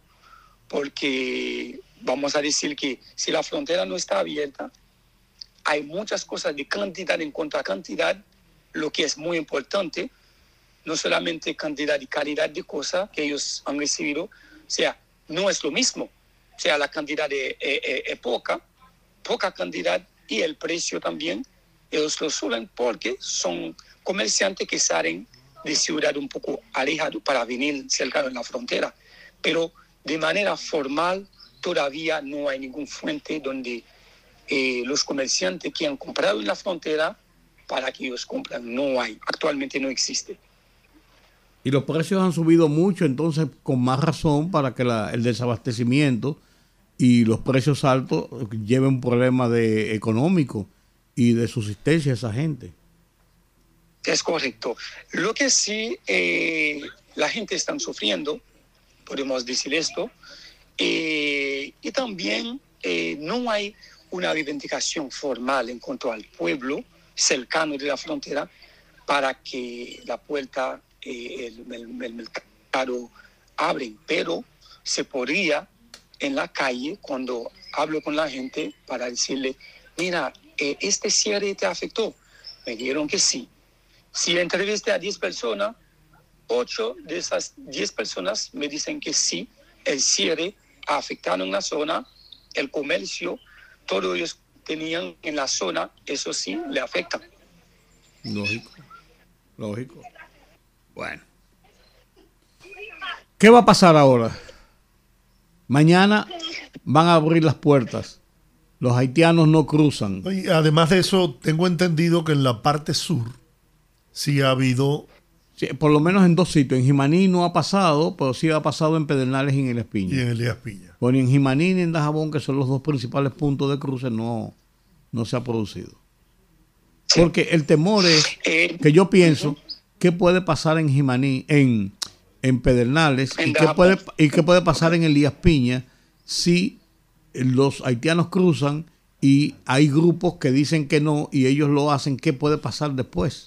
porque vamos a decir que si la frontera no está abierta, hay muchas cosas de cantidad en contra de cantidad, lo que es muy importante, no solamente cantidad y calidad de cosas que ellos han recibido, o sea, no es lo mismo, o sea, la cantidad es eh, eh, eh, poca, poca cantidad y el precio también, ellos lo suben porque son comerciantes que salen de ciudad un poco alejado para venir cercano en la frontera, pero de manera formal todavía no hay ningún fuente donde eh, los comerciantes que han comprado en la frontera para que ellos compran, no hay, actualmente no existe. Y los precios han subido mucho, entonces con más razón para que la, el desabastecimiento y los precios altos lleven un problema de económico y de subsistencia a esa gente. Es correcto. Lo que sí eh, la gente está sufriendo, podemos decir esto, eh, y también eh, no hay una reivindicación formal en cuanto al pueblo cercano de la frontera para que la puerta, eh, el, el, el mercado abren, pero se podría en la calle, cuando hablo con la gente, para decirle, mira, eh, este cierre te afectó. Me dijeron que sí. Si entrevisté a diez personas, ocho de esas diez personas me dicen que sí, el cierre ha afectado en la zona, el comercio, todo ellos tenían en la zona, eso sí, le afecta. Lógico, lógico. Bueno. ¿Qué va a pasar ahora? Mañana van a abrir las puertas. Los haitianos no cruzan. Oye, además de eso, tengo entendido que en la parte sur sí ha habido... Sí, por lo menos en dos sitios. En Jimaní no ha pasado, pero sí ha pasado en Pedernales y en El Espiña. Y en Elías Piña. Bueno, en Jimaní y en Dajabón, que son los dos principales puntos de cruce, no, no se ha producido. Porque el temor es Eh, que yo pienso qué puede pasar en Jimaní, en, en Pedernales, En y qué, Dajabón. puede, y qué puede pasar en Elías Piña si los haitianos cruzan y hay grupos que dicen que no y ellos lo hacen. ¿Qué puede pasar después?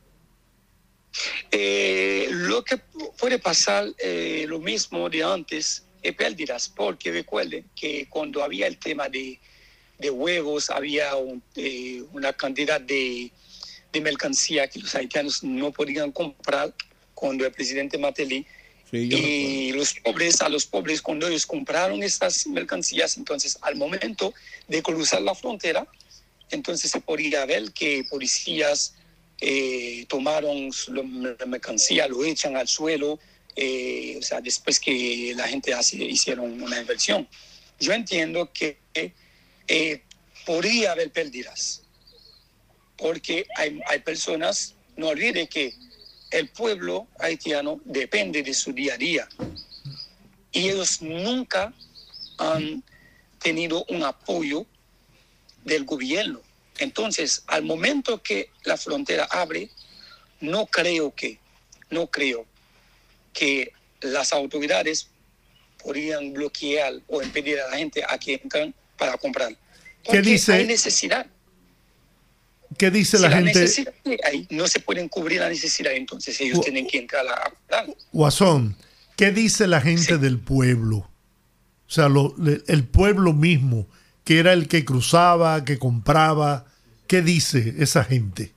Eh, lo que puede pasar, eh, lo mismo de antes, es pérdidas, porque recuerden que cuando había el tema de, de huevos, había un, eh, una cantidad de, de mercancía que los haitianos no podían comprar cuando el presidente Mateli. Sí, yo Y los pobres, a los pobres, cuando ellos compraron estas mercancías, entonces al momento de cruzar la frontera, entonces se podía ver que policías eh, tomaron lo- la mercancía, lo echan al suelo, eh, o sea, después que la gente hace, hicieron una inversión. Yo entiendo que eh, podría haber pérdidas, porque hay, hay personas, no olvide que el pueblo haitiano depende de su día a día y ellos nunca han tenido un apoyo del gobierno. Entonces, al momento que la frontera abre, no creo que, no creo que las autoridades podrían bloquear o impedir a la gente a que entren para comprar. Porque ¿Qué dice? hay necesidad. ¿Qué dice Si la la gente? necesidad hay, no se pueden cubrir la necesidad, entonces ellos Gu- tienen que entrar a comprar. Guasón, ¿qué dice la gente Sí. del pueblo? O sea, lo- le- el pueblo mismo, que era el que cruzaba, que compraba. ¿Qué dice esa gente?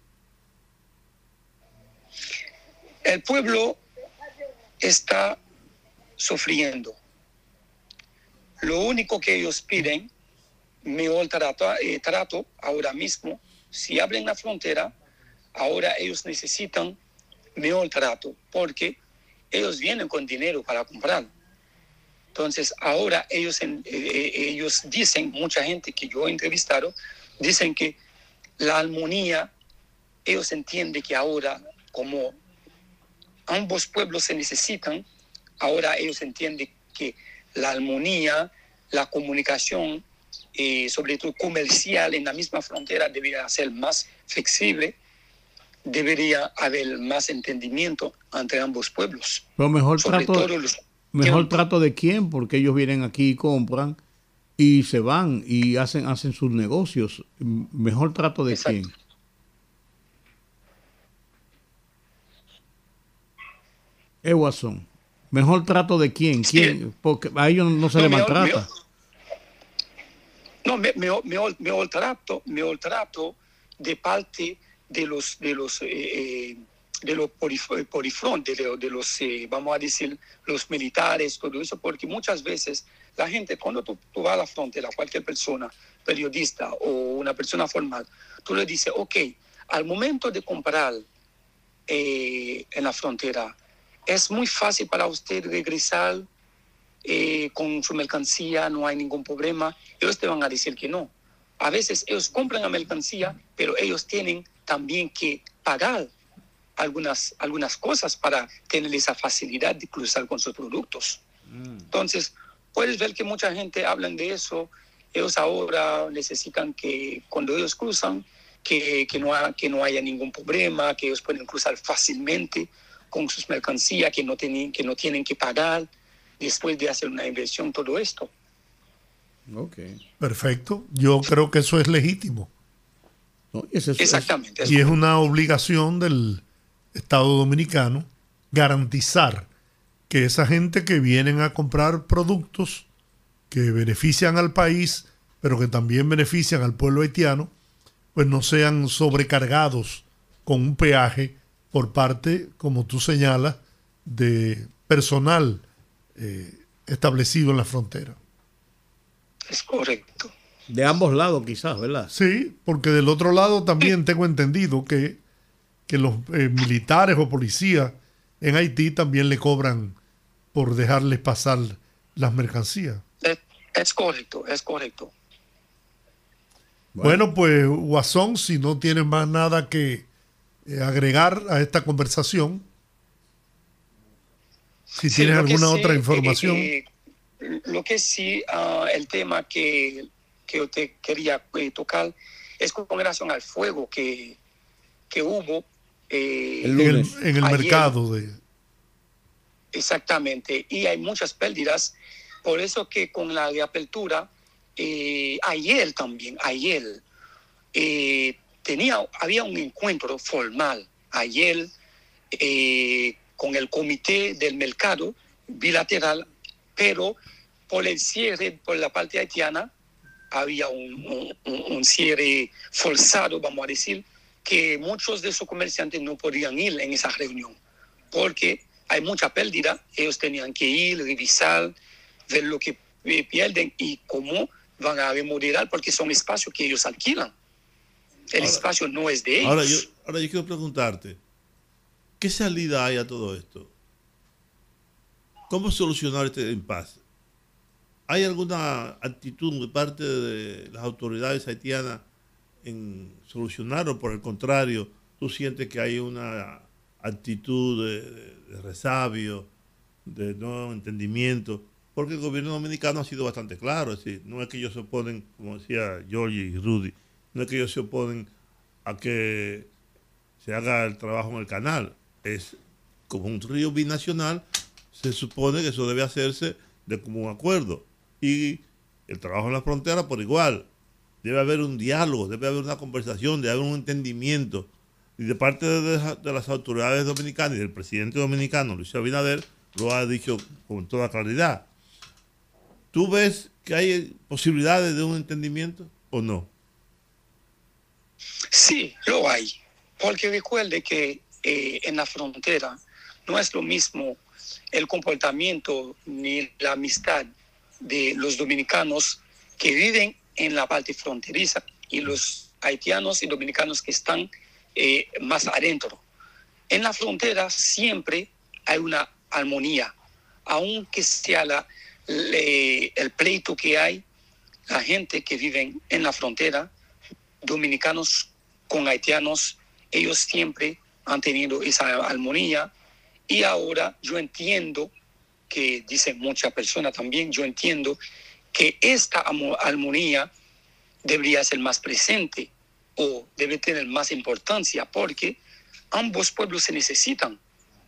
El pueblo está sufriendo. Lo único que ellos piden, mejor trato, eh, trato ahora mismo, si abren la frontera, ahora ellos necesitan mejor trato, porque ellos vienen con dinero para comprar. Entonces, ahora ellos, en- eh, ellos dicen, mucha gente que yo he entrevistado, dicen que la armonía, ellos entienden que ahora, como ambos pueblos se necesitan, ahora ellos entienden que la armonía, la comunicación, eh, sobre todo comercial en la misma frontera, debería ser más flexible, debería haber más entendimiento entre ambos pueblos. Pero mejor Sobre trato, todo los... mejor trato de quién, porque ellos vienen aquí y compran y se van y hacen, hacen sus negocios. Mejor trato de Exacto. quién. Eh, Guasón. Mejor trato de quién, Sí. quién, porque a ellos no se No, les mejor- maltrata. mejor- No, me, mejor, mejor, mejor trato, mejor trato de parte de los de los eh, eh, de los polif- polifront, de, los- de los eh, vamos a decir los militares, todo eso, porque muchas veces la gente, cuando tú, tú vas a la frontera, cualquier persona, periodista o una persona formal, tú le dices, ok, al momento de comprar eh, en la frontera, es muy fácil para usted regresar eh, con su mercancía, no hay ningún problema. Ellos te van a decir que no. A veces ellos compran la mercancía, pero ellos tienen también que pagar algunas, algunas cosas para tener esa facilidad de cruzar con sus productos. Entonces, puedes ver que mucha gente habla de eso. Ellos ahora necesitan que cuando ellos cruzan, que, que, no, ha, que no haya ningún problema, que ellos pueden cruzar fácilmente con sus mercancías, que no tienen que, no tienen que pagar después de hacer una inversión, todo esto. Okay. Perfecto. Yo creo que eso es legítimo. No, ese es- Exactamente. Y es una obligación del Estado Dominicano garantizar que esa gente que vienen a comprar productos que benefician al país, pero que también benefician al pueblo haitiano, pues no sean sobrecargados con un peaje por parte, como tú señalas, de personal eh, establecido en la frontera. Es correcto. de ambos lados quizás, ¿verdad? Sí, porque del otro lado también tengo entendido que, que los eh, militares o policías en Haití también le cobran por dejarles pasar las mercancías. Es, es correcto, es correcto. Bueno, pues Guasón, si no tienes más nada que eh, agregar a esta conversación, si Sí, tienes lo que alguna sí, otra eh, información. eh, eh, lo que sí, uh, el tema que, que yo te quería eh, tocar es con relación al fuego que, que hubo eh, El en el, lunes. en el ayer. mercado de... Exactamente, y hay muchas pérdidas, por eso que con la reapertura, eh, ayer también, ayer, eh, tenía, había un encuentro formal, ayer, eh, con el comité del mercado bilateral, pero por el cierre, por la parte haitiana, había un, un, un cierre forzado, vamos a decir, que muchos de esos comerciantes no podían ir en esa reunión, porque hay mucha pérdida, ellos tenían que ir, revisar, ver lo que eh, pierden y cómo van a remodelar, porque son espacios que ellos alquilan. El Ahora- espacio no es de ellos. Ahora yo, ahora yo quiero preguntarte, ¿qué salida hay a todo esto? ¿Cómo solucionar este impasse? ¿hay alguna actitud de parte de las autoridades haitianas en solucionar, o por el contrario, tú sientes que hay una actitud de, de, de resabio, de no entendimiento? Porque el gobierno dominicano ha sido bastante claro, es decir, no es que ellos se oponen, como decía Georgie y Rudy, no es que ellos se oponen a que se haga el trabajo en el canal, es como un río binacional, se supone que eso debe hacerse de común acuerdo, y el trabajo en la frontera por igual, debe haber un diálogo, debe haber una conversación, debe haber un entendimiento, y de parte de, de las autoridades dominicanas y del presidente dominicano, Luis Abinader, lo ha dicho con toda claridad. ¿Tú ves que hay posibilidades de un entendimiento o no? Sí, lo hay. Porque recuerde que eh, en la frontera no es lo mismo el comportamiento ni la amistad de los dominicanos que viven en la parte fronteriza y los haitianos y dominicanos que están eh, más adentro. En la frontera siempre hay una armonía, aunque sea la Le, el pleito que hay, la gente que vive en la frontera, dominicanos con haitianos, ellos siempre han tenido esa armonía, y ahora yo entiendo que dicen muchas personas también, yo entiendo que esta armonía debería ser más presente o debe tener más importancia, porque ambos pueblos se necesitan.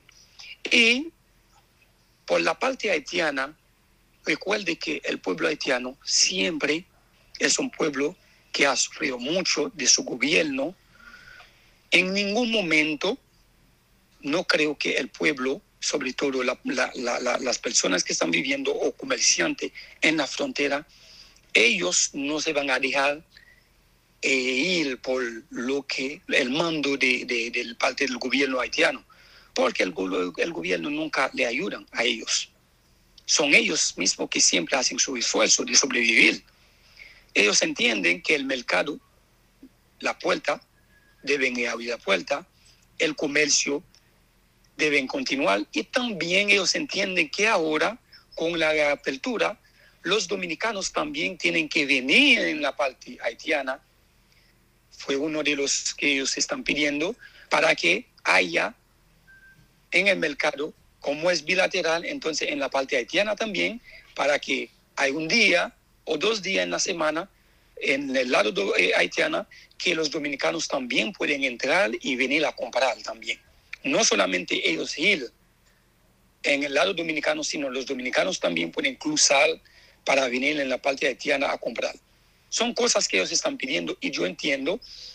Y por la parte haitiana, recuerde que el pueblo haitiano siempre es un pueblo que ha sufrido mucho de su gobierno. En ningún momento, no creo que el pueblo, sobre todo la, la, la, la, las personas que están viviendo o comerciantes en la frontera, ellos no se van a dejar eh, ir por lo que el mando de, de, de parte del gobierno haitiano, porque el, el gobierno nunca le ayudan a ellos. Son ellos mismos que siempre hacen su esfuerzo de sobrevivir. Ellos entienden que el mercado, la puerta, deben abrir la puerta, el comercio deben continuar, y también ellos entienden que ahora, con la apertura, los dominicanos también tienen que venir en la parte haitiana. Fue uno de los que ellos están pidiendo para que haya en el mercado, como es bilateral, entonces en la parte haitiana también, para que hay un día o dos días en la semana en el lado eh, haitiano que los dominicanos también pueden entrar y venir a comprar también. No solamente ellos ir en el lado dominicano, sino los dominicanos también pueden cruzar para venir en la parte haitiana a comprar. Son cosas que ellos están pidiendo, y yo entiendo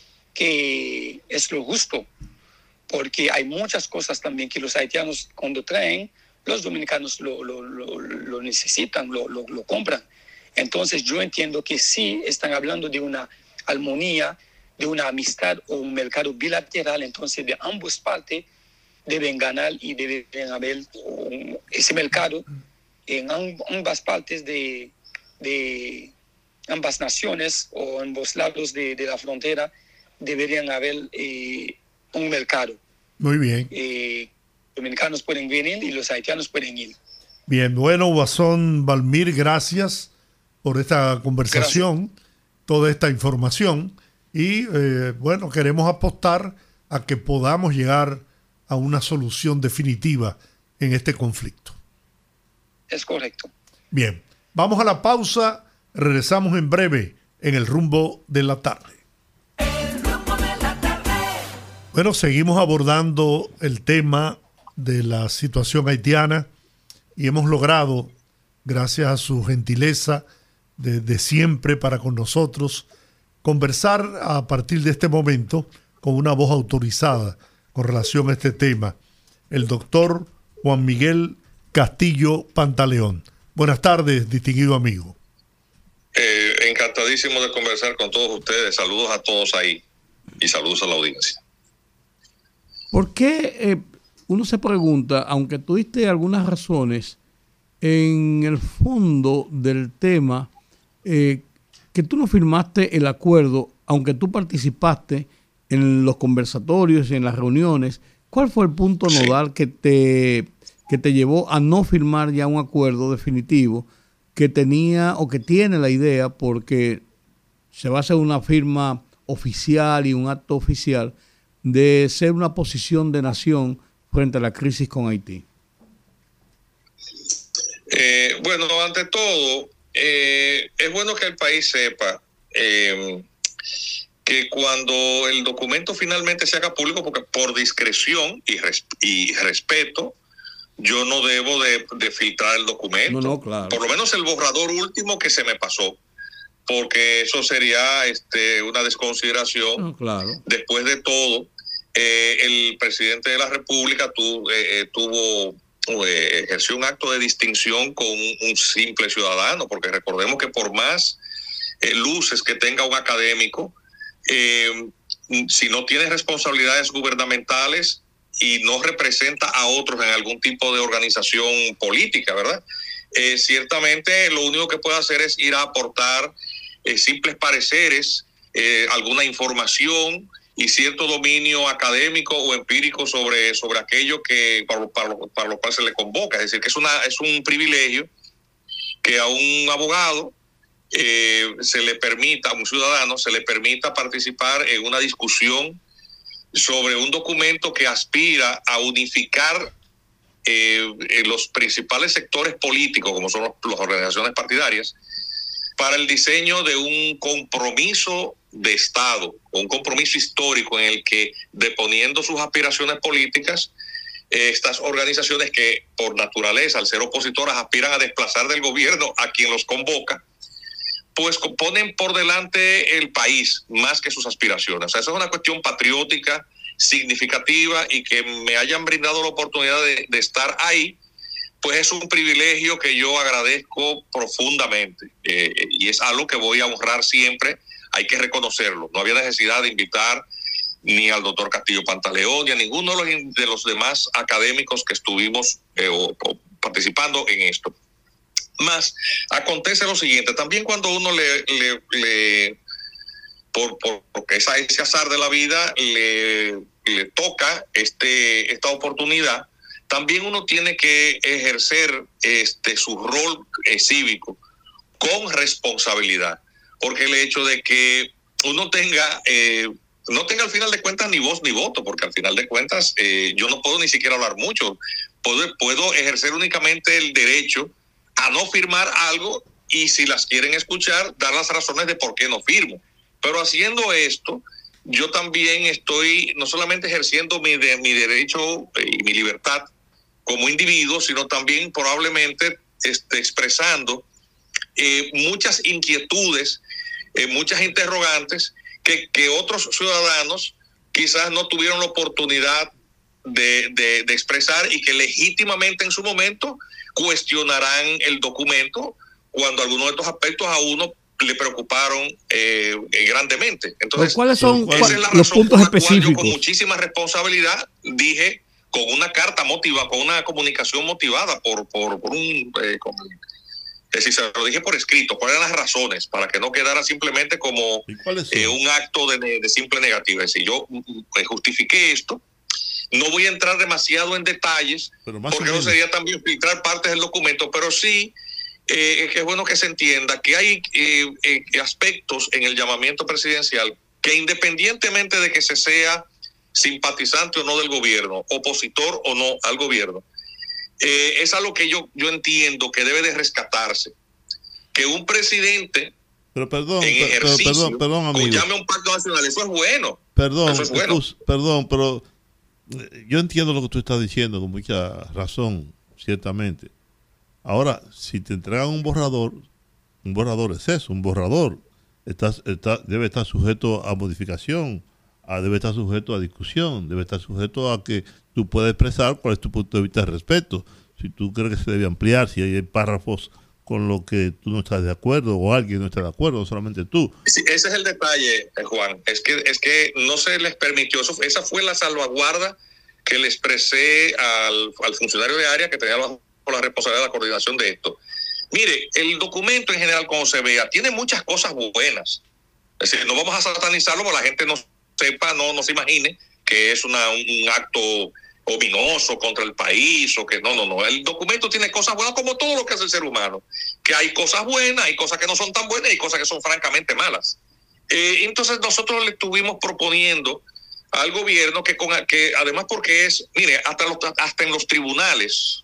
que es lo justo, porque hay muchas cosas también que los haitianos cuando traen, los dominicanos lo, lo, lo, lo necesitan, lo, lo, lo compran. Entonces yo entiendo que sí están hablando de una armonía, de una amistad o un mercado bilateral, entonces de ambas partes deben ganar y deben haber um, ese mercado en ambas partes de, de ambas naciones o ambos lados de, de la frontera, deberían haber eh, un mercado. Muy bien. Eh, dominicanos pueden venir y los haitianos pueden ir. Bien, bueno, Guasón Valmir, gracias por esta conversación, gracias. Toda esta información, y eh, bueno, queremos apostar a que podamos llegar a una solución definitiva en este conflicto. Es correcto. Bien, vamos a la pausa, regresamos en breve en el rumbo de la tarde. El rumbo de la tarde. Bueno, seguimos abordando el tema de la situación haitiana y hemos logrado, gracias a su gentileza de, de siempre para con nosotros, conversar a partir de este momento con una voz autorizada con relación a este tema, el doctor Juan Miguel Castillo Pantaleón. Buenas tardes, distinguido amigo. Eh, encantadísimo de conversar con todos ustedes. Saludos a todos ahí y saludos a la audiencia. ¿Por qué eh, uno se pregunta, aunque tú diste algunas razones, en el fondo del tema, eh, que tú no firmaste el acuerdo, aunque tú participaste en los conversatorios y en las reuniones? ¿Cuál fue el punto nodal sí. que te que te llevó a no firmar ya un acuerdo definitivo que tenía o que tiene la idea, porque se va a hacer una firma oficial y un acto oficial de ser una posición de nación frente a la crisis con Haití. Eh, bueno, ante todo, eh, es bueno que el país sepa eh, que cuando el documento finalmente se haga público, porque por discreción y, res, y respeto, yo no debo de, de filtrar el documento. No, no, claro. Por lo menos el borrador último que se me pasó, porque eso sería este, una desconsideración. No, claro. Después de todo, eh, el presidente de la República tu, eh, eh, tuvo... Eh, ejerció un acto de distinción con un, un simple ciudadano, porque recordemos que por más eh, luces que tenga un académico, eh, si no tiene responsabilidades gubernamentales y no representa a otros en algún tipo de organización política, ¿verdad? Eh, ciertamente lo único que puede hacer es ir a aportar eh, simples pareceres, eh, alguna información y cierto dominio académico o empírico sobre, sobre aquello que para, para, lo, para lo cual se le convoca. Es decir, que es, una, es un privilegio que a un abogado eh, se le permita, a un ciudadano se le permita participar en una discusión sobre un documento que aspira a unificar eh, los principales sectores políticos, como son los, las organizaciones partidarias, para el diseño de un compromiso de Estado, un compromiso histórico en el que, deponiendo sus aspiraciones políticas, eh, estas organizaciones que por naturaleza, al ser opositoras, aspiran a desplazar del gobierno a quien los convoca, pues ponen por delante el país más que sus aspiraciones. O sea, esa es una cuestión patriótica, significativa, y que me hayan brindado la oportunidad de, de estar ahí, pues es un privilegio que yo agradezco profundamente, eh, y es algo que voy a honrar siempre. Hay que reconocerlo. No había necesidad de invitar ni al doctor Castillo Pantaleón ni a ninguno de los, de los demás académicos que estuvimos eh, o, o participando en esto. Más, acontece lo siguiente, también cuando uno le, le, le por, por, porque esa, ese azar de la vida le, le toca este, esta oportunidad, también uno tiene que ejercer este, su rol eh, cívico con responsabilidad. Porque el hecho de que uno tenga, eh, no tenga al final de cuentas ni voz ni voto, porque al final de cuentas eh, yo no puedo ni siquiera hablar mucho, puedo, puedo ejercer únicamente el derecho a no firmar algo y, si las quieren escuchar, dar las razones de por qué no firmo. Pero haciendo esto, yo también estoy no solamente ejerciendo mi, de, mi derecho y mi libertad como individuo, sino también probablemente este, expresando eh, muchas inquietudes, eh, muchas interrogantes que, que otros ciudadanos quizás no tuvieron la oportunidad de, de, de expresar, y que legítimamente en su momento cuestionarán el documento cuando algunos de estos aspectos a uno le preocuparon eh, grandemente. Entonces, ¿cuáles son esa es la los razón puntos por la cual específicos? yo, con muchísima responsabilidad, dije, con una carta motivada, con una comunicación motivada por, por, por un... Eh, con, es decir, se lo dije por escrito, cuáles eran las razones, para que no quedara simplemente como eh, un acto de, de simple negativa. Es decir, yo eh, justifiqué esto. No voy a entrar demasiado en detalles, porque no sería también filtrar partes del documento, pero sí eh, que es bueno que se entienda que hay eh, eh, aspectos en el llamamiento presidencial que, independientemente de que se sea simpatizante o no del gobierno, opositor o no al gobierno, eh, es algo que yo, yo entiendo que debe de rescatarse. Que un presidente pero perdón, en pero, ejercicio perdón, perdón, amigo. llame a un pacto nacional, eso es bueno. Perdón, eso es bueno. Excuse, perdón, pero yo entiendo lo que tú estás diciendo con mucha razón, ciertamente. Ahora, si te entregan un borrador, un borrador es eso, un borrador. Está, está, debe estar sujeto a modificación, a, debe estar sujeto a discusión, debe estar sujeto a que tú puedas expresar cuál es tu punto de vista al respecto. Si tú crees que se debe ampliar, si hay párrafos con lo que tú no estás de acuerdo o alguien no está de acuerdo, no solamente tú. Sí, ese es el detalle, Juan. Es que es que no se les permitió, eso, esa fue la salvaguarda que le expresé al, al funcionario de área que tenía bajo la responsabilidad de la coordinación de esto. Mire, el documento en general, como se vea, tiene muchas cosas buenas. Es decir, no vamos a satanizarlo para que la gente no sepa, no, no se imagine que es una, un acto ominoso contra el país, o que no, no, no. El documento tiene cosas buenas como todo lo que hace el ser humano, que hay cosas buenas, hay cosas que no son tan buenas y cosas que son francamente malas. Eh, entonces nosotros le estuvimos proponiendo al gobierno que, con, que además porque es, mire, hasta, los, hasta en los tribunales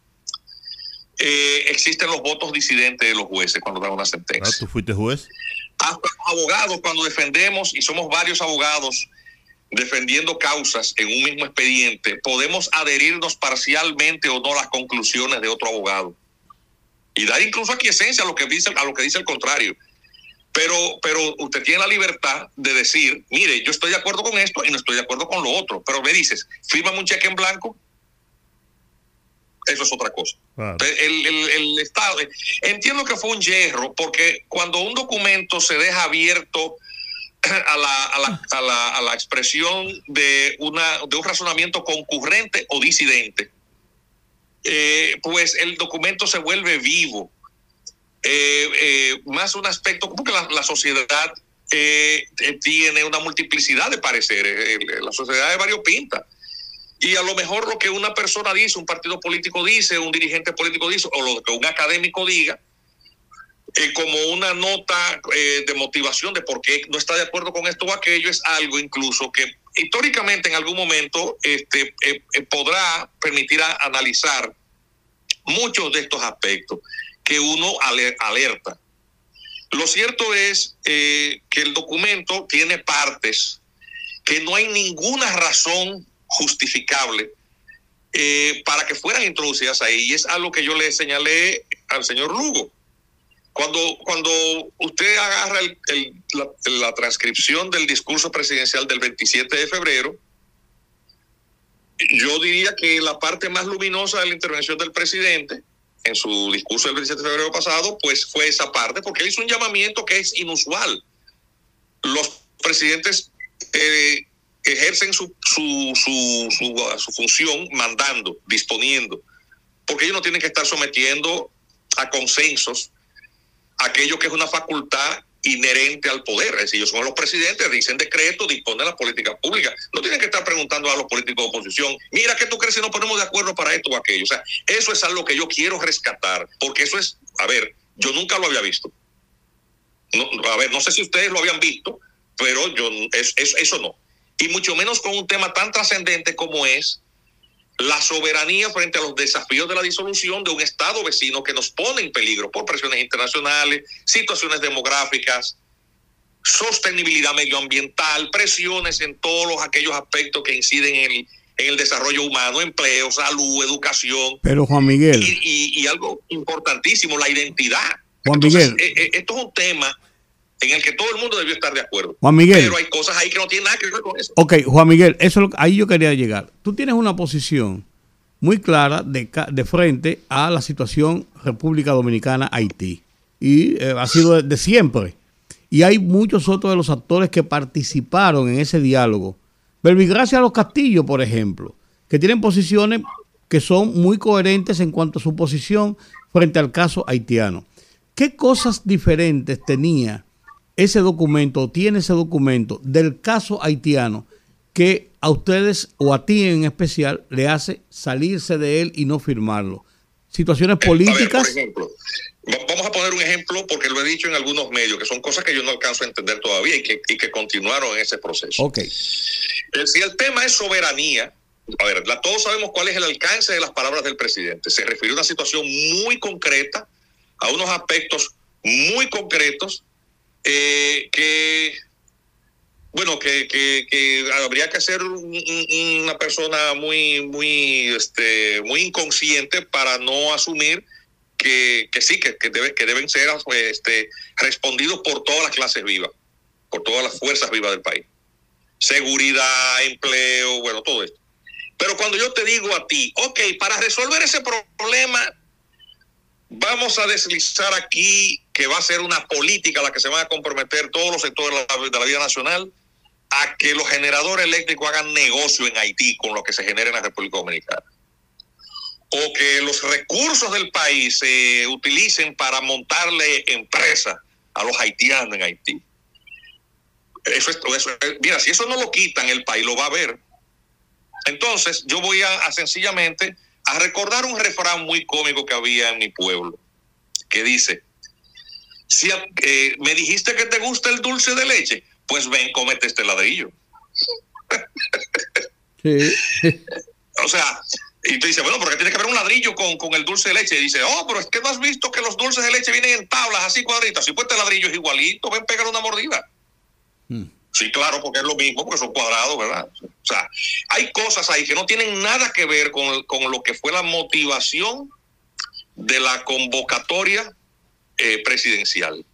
eh, existen los votos disidentes de los jueces cuando dan una sentencia. Ah, ¿tú fuiste juez? Hasta los abogados cuando defendemos, y somos varios abogados defendiendo causas en un mismo expediente, podemos adherirnos parcialmente o no a las conclusiones de otro abogado y dar incluso aquiescencia a lo que dice, a lo que dice el contrario. Pero, pero usted tiene la libertad de decir, mire, yo estoy de acuerdo con esto y no estoy de acuerdo con lo otro. Pero me dices, fírmame un cheque en blanco. Eso es otra cosa. Claro. El, el, el Estado, entiendo que fue un yerro, porque cuando un documento se deja abierto a la, a la, a la, a la expresión de, una, de un razonamiento concurrente o disidente, eh, pues el documento se vuelve vivo. Eh, eh, más un aspecto, como que la, la sociedad eh, tiene una multiplicidad de pareceres, eh, la sociedad es variopinta, y a lo mejor lo que una persona dice, un partido político dice, un dirigente político dice, o lo que un académico diga, eh, como una nota eh, de motivación de por qué no está de acuerdo con esto o aquello, es algo incluso que históricamente en algún momento este, eh, eh, podrá permitir a, analizar muchos de estos aspectos que uno alerta. Lo cierto es eh, que el documento tiene partes que no hay ninguna razón justificable eh, para que fueran introducidas ahí, y es algo que yo le señalé al señor Lugo. Cuando, cuando usted agarra el, el, la, la transcripción del discurso presidencial del veintisiete de febrero, yo diría que la parte más luminosa de la intervención del presidente en su discurso del veintisiete de febrero pasado, pues fue esa parte, porque él hizo un llamamiento que es inusual. Los presidentes eh, ejercen su, su, su, su, su función mandando, disponiendo, porque ellos no tienen que estar sometiendo a consensos aquello que es una facultad inherente al poder. Es decir, ellos son los presidentes, dicen decretos, disponen la política pública. No tienen que estar preguntando a los políticos de oposición, mira, ¿qué tú crees si nos ponemos de acuerdo para esto o aquello? O sea, eso es algo que yo quiero rescatar, porque eso es, a ver, yo nunca lo había visto. No, a ver, no sé si ustedes lo habían visto, pero yo es, es, eso no. Y mucho menos con un tema tan trascendente como es la soberanía frente a los desafíos de la disolución de un Estado vecino que nos pone en peligro por presiones internacionales, situaciones demográficas, sostenibilidad medioambiental, presiones en todos los, aquellos aspectos que inciden en el, en el desarrollo humano, empleo, salud, educación. Pero Juan Miguel. Y, y, y algo importantísimo, la identidad. Juan Entonces, Miguel. Eh, eh, esto es un tema en el que todo el mundo debió estar de acuerdo. Juan Miguel. Pero hay cosas ahí que no tienen nada que ver con eso. Ok, Juan Miguel, eso es lo, ahí yo quería llegar. Tú tienes una posición muy clara de, de frente a la situación República Dominicana-Haití. Y eh, ha sido de, de siempre. Y hay muchos otros de los actores que participaron en ese diálogo. Belvigracia Los Castillo, por ejemplo, que tienen posiciones que son muy coherentes en cuanto a su posición frente al caso haitiano. ¿Qué cosas diferentes tenía ese documento, tiene ese documento del caso haitiano que a ustedes o a ti en especial le hace salirse de él y no firmarlo? Situaciones políticas. A ver, por ejemplo, vamos a poner un ejemplo porque lo he dicho en algunos medios, que son cosas que yo no alcanzo a entender todavía y que, y que continuaron en ese proceso. Ok. El, si el tema es soberanía, a ver, la, todos sabemos cuál es el alcance de las palabras del presidente. Se refirió a una situación muy concreta, a unos aspectos muy concretos, eh, que, bueno, que, que, que habría que ser un, un, una persona muy, muy, este, muy inconsciente para no asumir que, que sí, que, que, debe, que deben ser este, respondidos por todas las clases vivas, por todas las fuerzas vivas del país. Seguridad, empleo, bueno, todo esto. Pero cuando yo te digo a ti, ok, para resolver ese problema, vamos a deslizar aquí que va a ser una política a la que se van a comprometer todos los sectores de la, de la vida nacional, a que los generadores eléctricos hagan negocio en Haití con lo que se genera en la República Dominicana. O que los recursos del país se utilicen para montarle empresas a los haitianos en Haití. Eso es, eso es, mira, si eso no lo quitan, el país lo va a ver. Entonces, yo voy a, a sencillamente a recordar un refrán muy cómico que había en mi pueblo, que dice, si eh, me dijiste que te gusta el dulce de leche, pues ven, cómete este ladrillo. Sí. O sea, y tú dices, bueno, porque tiene que haber un ladrillo con, con el dulce de leche. Y dice, oh, pero es que no has visto que los dulces de leche vienen en tablas así cuadritas. Si pues este ladrillo es igualito, ven, pégale una mordida. Mm. Sí, claro, porque es lo mismo, porque son cuadrados, ¿verdad? O sea, hay cosas ahí que no tienen nada que ver con, con lo que fue la motivación de la convocatoria eh, presidencial.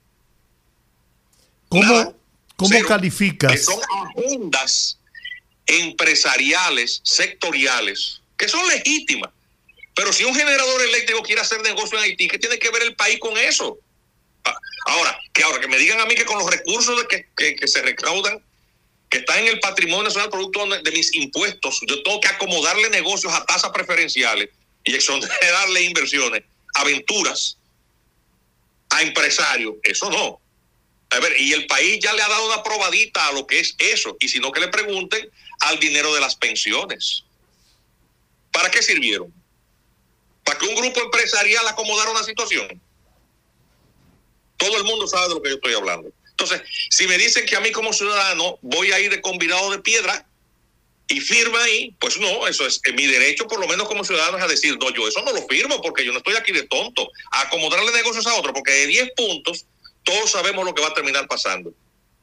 ¿Cómo, Nada, ¿cómo cero, calificas? Que son agendas empresariales, sectoriales, que son legítimas. Pero si un generador eléctrico quiere hacer negocio en Haití, ¿qué tiene que ver el país con eso? Ahora, que ahora que me digan a mí que con los recursos de que, que, que se recaudan, que están en el patrimonio nacional producto de mis impuestos, yo tengo que acomodarle negocios a tasas preferenciales y exonerarle inversiones, aventuras a empresarios, eso no. A ver, y el país ya le ha dado una probadita a lo que es eso, y si no que le pregunten al dinero de las pensiones. ¿Para qué sirvieron? ¿Para que un grupo empresarial acomodara una situación? Todo el mundo sabe de lo que yo estoy hablando. Entonces, si me dicen que a mí como ciudadano voy a ir de convidado de piedra y firma ahí, pues no, eso es mi derecho, por lo menos como ciudadano, es a decir, no, yo eso no lo firmo porque yo no estoy aquí de tonto, a acomodarle negocios a otro, porque de diez puntos todos sabemos lo que va a terminar pasando.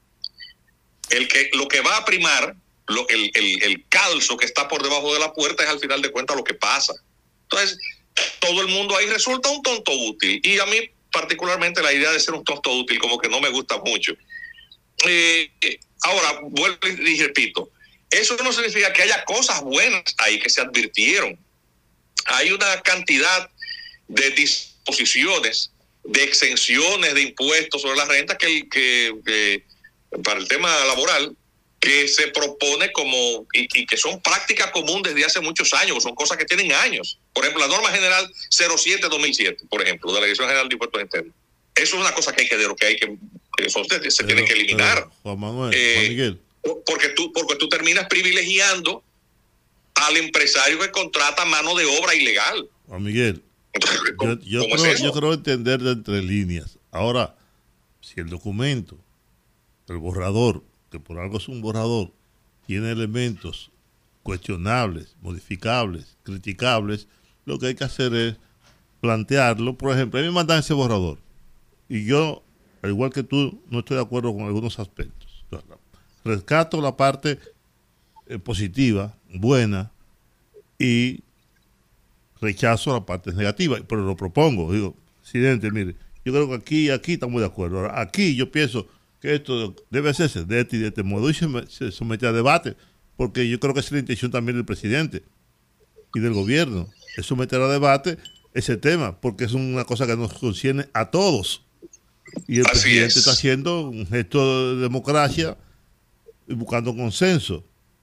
El que, lo que va a primar, lo, el, el, el calzo que está por debajo de la puerta es al final de cuentas lo que pasa. Entonces, todo el mundo ahí resulta un tonto útil. Y a mí, particularmente, la idea de ser un tonto útil como que no me gusta mucho. Eh, ahora, vuelvo y repito, eso no significa que haya cosas buenas ahí que se advirtieron. Hay una cantidad de disposiciones, de exenciones de impuestos sobre la renta que, que, que para el tema laboral, que se propone como, y, y que son práctica común desde hace muchos años, son cosas que tienen años. Por ejemplo, la norma general cero siete dos mil siete, por ejemplo, de la Dirección General de Impuestos Internos. Eso es una cosa que hay que, de lo que hay que, eso se pero, tiene que eliminar. Pero, Juan Manuel, eh, Juan Miguel. Porque tú, porque tú terminas privilegiando al empresario que contrata mano de obra ilegal. Juan Miguel, Entonces, yo, yo, creo, es yo creo entender de entre líneas. Ahora, si el documento, el borrador, que por algo es un borrador, tiene elementos cuestionables, modificables, criticables, lo que hay que hacer es plantearlo. Por ejemplo, a mí me mandan ese borrador y yo, al igual que tú, no estoy de acuerdo con algunos aspectos. Rescato la parte eh, positiva, buena, y rechazo la parte negativa, pero lo propongo. Digo, presidente, mire, yo creo que aquí y aquí estamos de acuerdo. Ahora, aquí yo pienso que esto debe hacerse de este y de este modo y se, se somete a debate, porque yo creo que esa es la intención también del presidente y del gobierno, es someter a debate ese tema, porque es una cosa que nos concierne a todos. Y el Así presidente es. está haciendo un gesto de democracia y buscando consenso.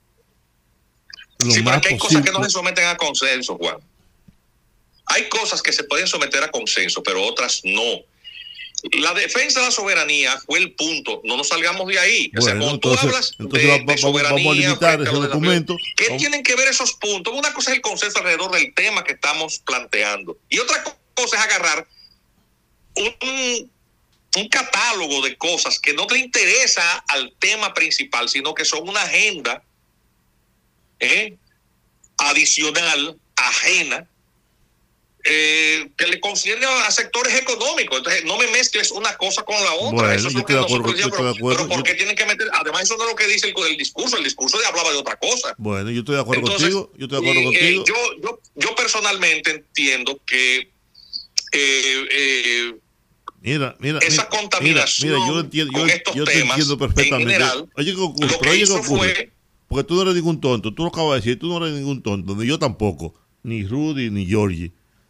Lo Sí, más pero hay posible. cosas que no se someten a consenso, Juan. Hay cosas que se pueden someter a consenso, pero otras no. La defensa de la soberanía fue el punto. No nos salgamos de ahí. Bueno, o sea, cuando entonces, tú hablas entonces de, va, de soberanía, vamos a limitar frente a ese los documento. desafíos, ¿qué vamos. tienen que ver esos puntos? Una cosa es el consenso alrededor del tema que estamos planteando. Y otra cosa es agarrar un, un catálogo de cosas que no te interesa al tema principal, sino que son una agenda ¿eh? adicional, ajena, Eh, que le concierne a sectores económicos. Entonces, no me mezcles una cosa con la otra. Bueno, eso es yo lo que estoy de nosotros acuerdo, decíamos, yo estoy de pero, acuerdo. pero ¿por Yo- qué tienen que meter? Además, eso no es lo que dice el, el discurso. El discurso de hablaba de otra cosa. Bueno, yo estoy de acuerdo Entonces, contigo. Yo estoy de acuerdo eh, contigo. eh, yo, yo, yo personalmente entiendo que eh, eh, Mira, mira, esa mira, contaminación mira, mira, yo lo entiendo, con yo, estos yo te temas, entiendo perfectamente. en general, oye, ¿qué ocurre? lo Pero que oye, ¿qué hizo ocurre? fue... Porque tú no eres ningún tonto. Tú lo acabas de decir, tú no eres ningún tonto, ni yo tampoco, ni Rudy, ni Georgie.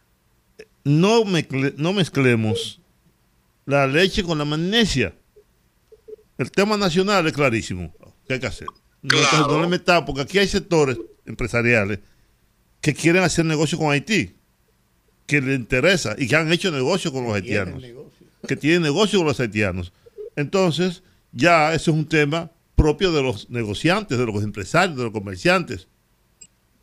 No, mezcle- no mezclemos la leche con la magnesia. El tema nacional es clarísimo. ¿Qué hay que hacer? No, Claro. entonces no le metamos, porque aquí hay sectores empresariales que quieren hacer negocio con Haití, que les interesa y que han hecho negocio con los haitianos, que tienen negocio con los haitianos. Entonces, ya eso es un tema propio de los negociantes, de los empresarios, de los comerciantes.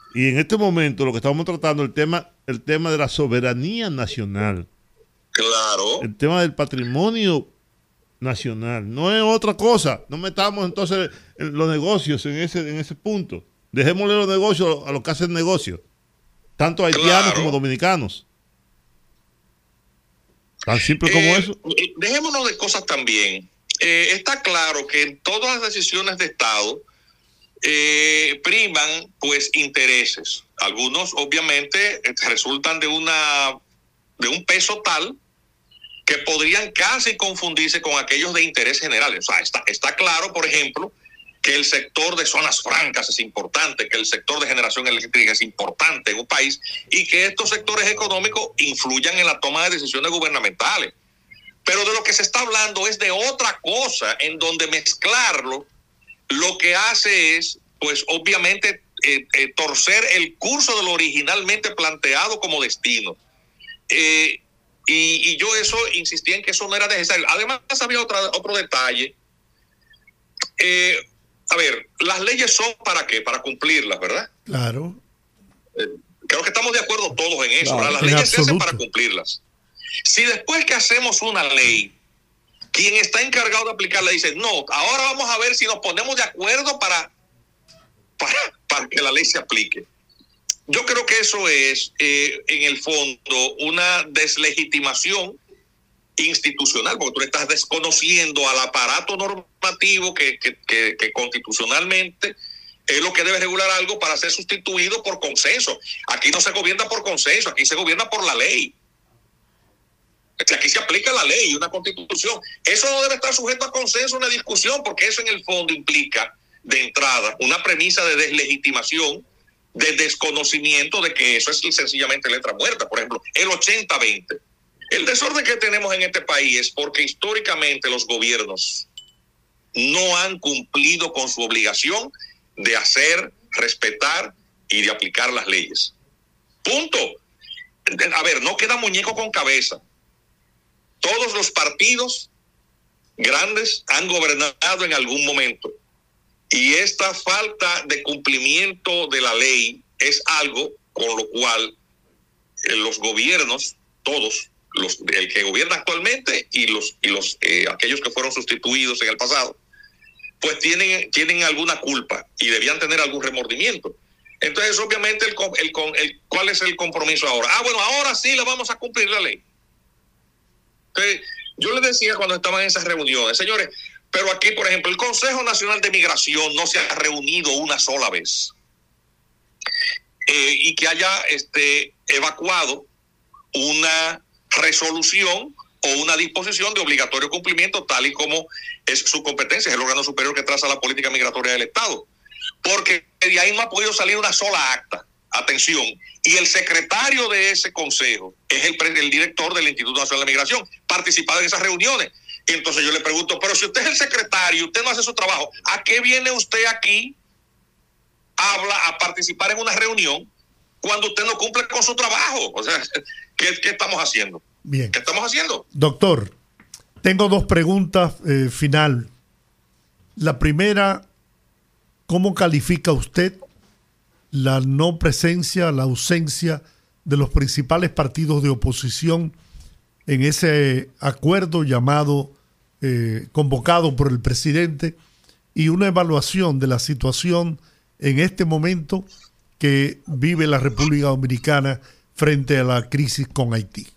Y en este momento lo que estamos tratando el tema, el tema de la soberanía nacional. Claro. El tema del patrimonio nacional. No es otra cosa. No metamos entonces en los negocios en ese, en ese punto. Dejémosle los negocios a los que hacen negocios. Tanto haitianos claro. como dominicanos. Tan simple como eh, eso. Dejémonos de cosas también. Eh, está claro que en todas las decisiones de Estado eh, priman pues intereses. Algunos obviamente resultan de una de un peso tal que podrían casi confundirse con aquellos de interés general. O sea, está, está claro, por ejemplo, que el sector de zonas francas es importante, que el sector de generación eléctrica es importante en un país y que estos sectores económicos influyan en la toma de decisiones gubernamentales. Pero de lo que se está hablando es de otra cosa, en donde mezclarlo lo que hace es, pues obviamente, eh, eh, torcer el curso de lo originalmente planteado como destino. Eh, y, y yo eso insistía en que eso no era necesario. Además, había otra, otro detalle. Eh, a ver, las leyes son ¿para qué? Para cumplirlas, ¿verdad? Claro. Eh, creo que estamos de acuerdo todos en eso. Claro, las en leyes absoluto. se hacen para cumplirlas. Si después que hacemos una ley, quien está encargado de aplicarla dice, no, ahora vamos a ver si nos ponemos de acuerdo para, para, para que la ley se aplique. Yo creo que eso es, eh, en el fondo, una deslegitimación institucional, porque tú estás desconociendo al aparato normativo que, que, que, que constitucionalmente es lo que debe regular algo para ser sustituido por consenso. Aquí no se gobierna por consenso, aquí se gobierna por la ley. Aquí se aplica la ley y una constitución. Eso no debe estar sujeto a consenso, una discusión, porque eso en el fondo implica, de entrada, una premisa de deslegitimación, de desconocimiento de que eso es sencillamente letra muerta. Por ejemplo, el ochenta veinte. El desorden que tenemos en este país es porque históricamente los gobiernos no han cumplido con su obligación de hacer, respetar y de aplicar las leyes. Punto. A ver, no queda muñeco con cabeza. Todos los partidos grandes han gobernado en algún momento. Y esta falta de cumplimiento de la ley es algo con lo cual eh, los gobiernos, todos, los, el que gobierna actualmente y los y los eh, aquellos que fueron sustituidos en el pasado, pues tienen, tienen alguna culpa y debían tener algún remordimiento. Entonces, obviamente, el, el, el, ¿cuál es el compromiso ahora? Ah, bueno, ahora sí la vamos a cumplir la ley. Entonces, yo les decía cuando estaban en esas reuniones, señores, pero aquí, por ejemplo, el Consejo Nacional de Migración no se ha reunido una sola vez. Eh, y que haya este, evacuado una resolución o una disposición de obligatorio cumplimiento, tal y como es su competencia, es el órgano superior que traza la política migratoria del Estado. Porque de ahí no ha podido salir una sola acta. Atención. Y el secretario de ese consejo es el, el director del Instituto Nacional de Migración, participado en esas reuniones. Y entonces yo le pregunto, pero si usted es el secretario, usted no hace su trabajo, ¿a qué viene usted aquí a, habla, a participar en una reunión cuando usted no cumple con su trabajo? O sea, ¿qué, qué estamos haciendo? Bien. ¿Qué estamos haciendo? Doctor, tengo dos preguntas eh, final. La primera, ¿cómo califica usted la no presencia, la ausencia de los principales partidos de oposición en ese acuerdo llamado, eh, convocado por el presidente, y una evaluación de la situación en este momento que vive la República Dominicana frente a la crisis con Haití?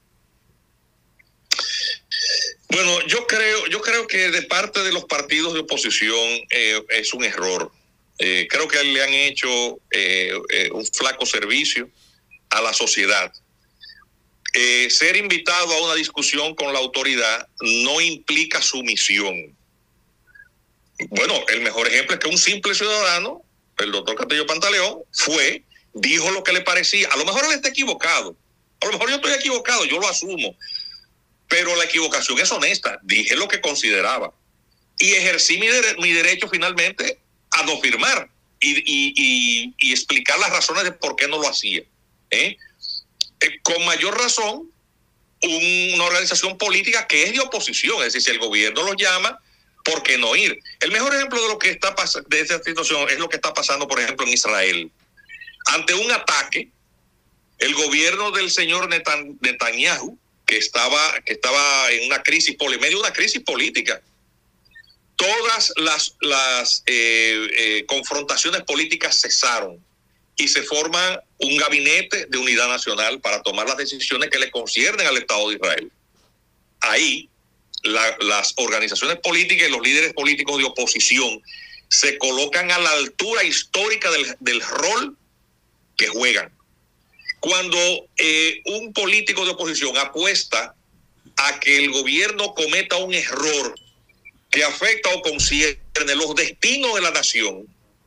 Bueno, yo creo, yo creo que de parte de los partidos de oposición eh, es un error. Eh, creo que le han hecho eh, eh, un flaco servicio a la sociedad. Eh, ser invitado a una discusión con la autoridad no implica sumisión. Bueno, el mejor ejemplo es que un simple ciudadano, el doctor Castillo Pantaleón, fue, dijo lo que le parecía. A lo mejor él está equivocado. A lo mejor yo estoy equivocado, yo lo asumo. Pero la equivocación es honesta. Dije lo que consideraba. Y ejercí mi, de- mi derecho finalmente a no firmar y, y, y, y explicar las razones de por qué no lo hacía. ¿eh? Eh, con mayor razón, un, una organización política que es de oposición, es decir, si el gobierno los llama, ¿por qué no ir? El mejor ejemplo de lo que está pasando, de esta situación, es lo que está pasando, por ejemplo, en Israel. ante un ataque, el gobierno del señor Netanyahu, que estaba, que estaba en una crisis, por medio de una crisis política, todas las, las eh, eh, confrontaciones políticas cesaron y se forma un gabinete de unidad nacional para tomar las decisiones que le conciernen al Estado de Israel. Ahí, la, las organizaciones políticas y los líderes políticos de oposición se colocan a la altura histórica del, del rol que juegan. Cuando eh, un político de oposición apuesta a que el gobierno cometa un error que afecta o concierne los destinos de la nación,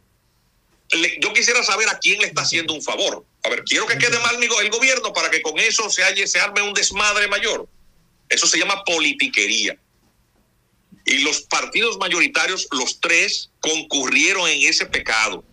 le, yo quisiera saber a quién le está haciendo un favor. A ver, quiero que quede mal el gobierno para que con eso se, halle, se arme un desmadre mayor. Eso se llama politiquería. Y los partidos mayoritarios, los tres, concurrieron en ese pecado.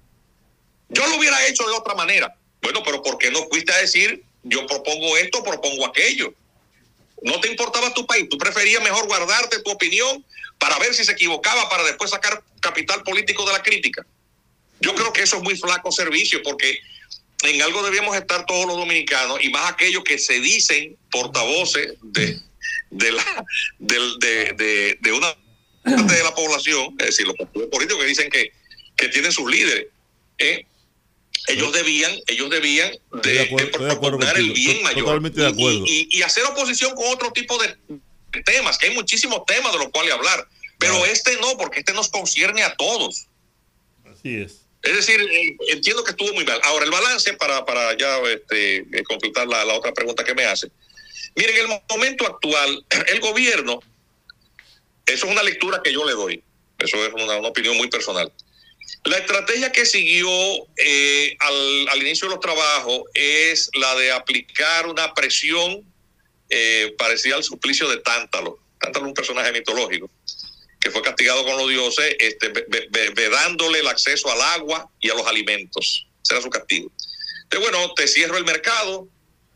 Yo lo hubiera hecho de otra manera. Bueno, pero ¿por qué no fuiste a decir, yo propongo esto, propongo aquello? No te importaba tu país, tú preferías mejor guardarte tu opinión para ver si se equivocaba, para después sacar capital político de la crítica. Yo creo que eso es muy flaco servicio, porque en algo debíamos estar todos los dominicanos, y más aquellos que se dicen portavoces de, de, la, de, de, de, de una parte de la población, es decir, los partidos políticos que dicen que, que tienen sus líderes, ¿eh? Ellos debían, ellos debían de, de, acuerdo, de propugnar el bien mayor. Totalmente de acuerdo. Y, y, y hacer oposición con otro tipo de temas, que hay muchísimos temas de los cuales hablar. Pero claro, este no, porque este nos concierne a todos. Así es. Es decir, entiendo que estuvo muy mal. Ahora, el balance, para, para ya este, completar la, la otra pregunta que me hace. Miren, en el momento actual, el gobierno, eso es una lectura que yo le doy. Eso es una, una opinión muy personal. La estrategia que siguió eh, al, al inicio de los trabajos es la de aplicar una presión eh, parecida al suplicio de Tántalo. Tántalo es un personaje mitológico que fue castigado con los dioses, este, vedándole el acceso al agua y a los alimentos. Ese era su castigo. Entonces, bueno, te cierro el mercado,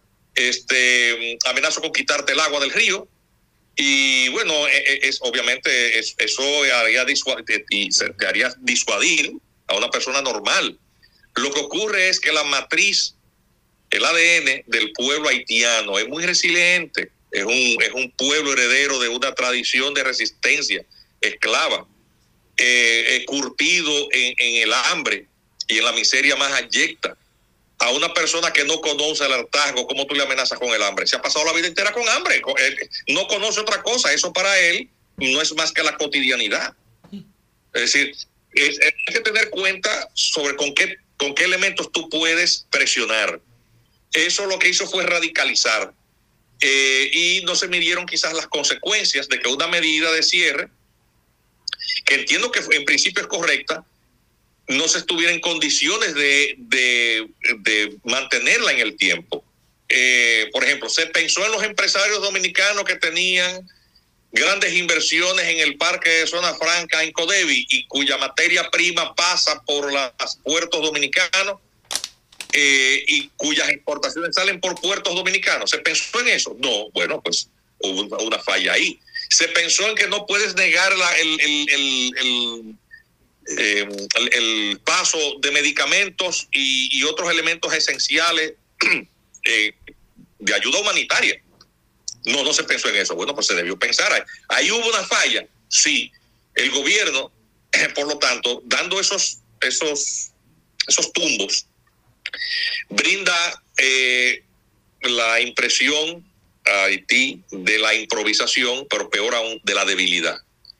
este, amenazo con quitarte el agua del río, y bueno, es, es, obviamente es, eso haría disuadir, y te haría disuadir a una persona normal. Lo que ocurre es que la matriz, el A D N del pueblo haitiano es muy resiliente. Es un, es un pueblo heredero de una tradición de resistencia esclava, eh, eh, curtido en, en el hambre y en la miseria más abyecta. A una persona que no conoce el hartazgo, ¿cómo tú le amenazas con el hambre? Se ha pasado la vida entera con hambre. No conoce otra cosa. Eso para él no es más que la cotidianidad. Es decir, es, hay que tener cuenta sobre con qué, con qué elementos tú puedes presionar. Eso lo que hizo fue radicalizar. Eh, y no se midieron quizás las consecuencias de que una medida de cierre, que entiendo que en principio es correcta, no se estuviera en condiciones de, de, de mantenerla en el tiempo. Eh, por ejemplo, se pensó en los empresarios dominicanos que tenían grandes inversiones en el parque de Zona Franca en Codevi y cuya materia prima pasa por los puertos dominicanos eh, y cuyas exportaciones salen por puertos dominicanos. ¿Se pensó en eso? No, bueno, pues hubo una, una falla ahí. Se pensó en que no puedes negar la, el... el, el, el Eh, el, el paso de medicamentos y, y otros elementos esenciales eh, de ayuda humanitaria. No, no se pensó en eso. Bueno, pues se debió pensar. Ahí, ahí hubo una falla. Sí, el gobierno, eh, por lo tanto, dando esos, esos, esos tumbos, brinda eh, la impresión a Haití de la improvisación, pero peor aún, de la debilidad.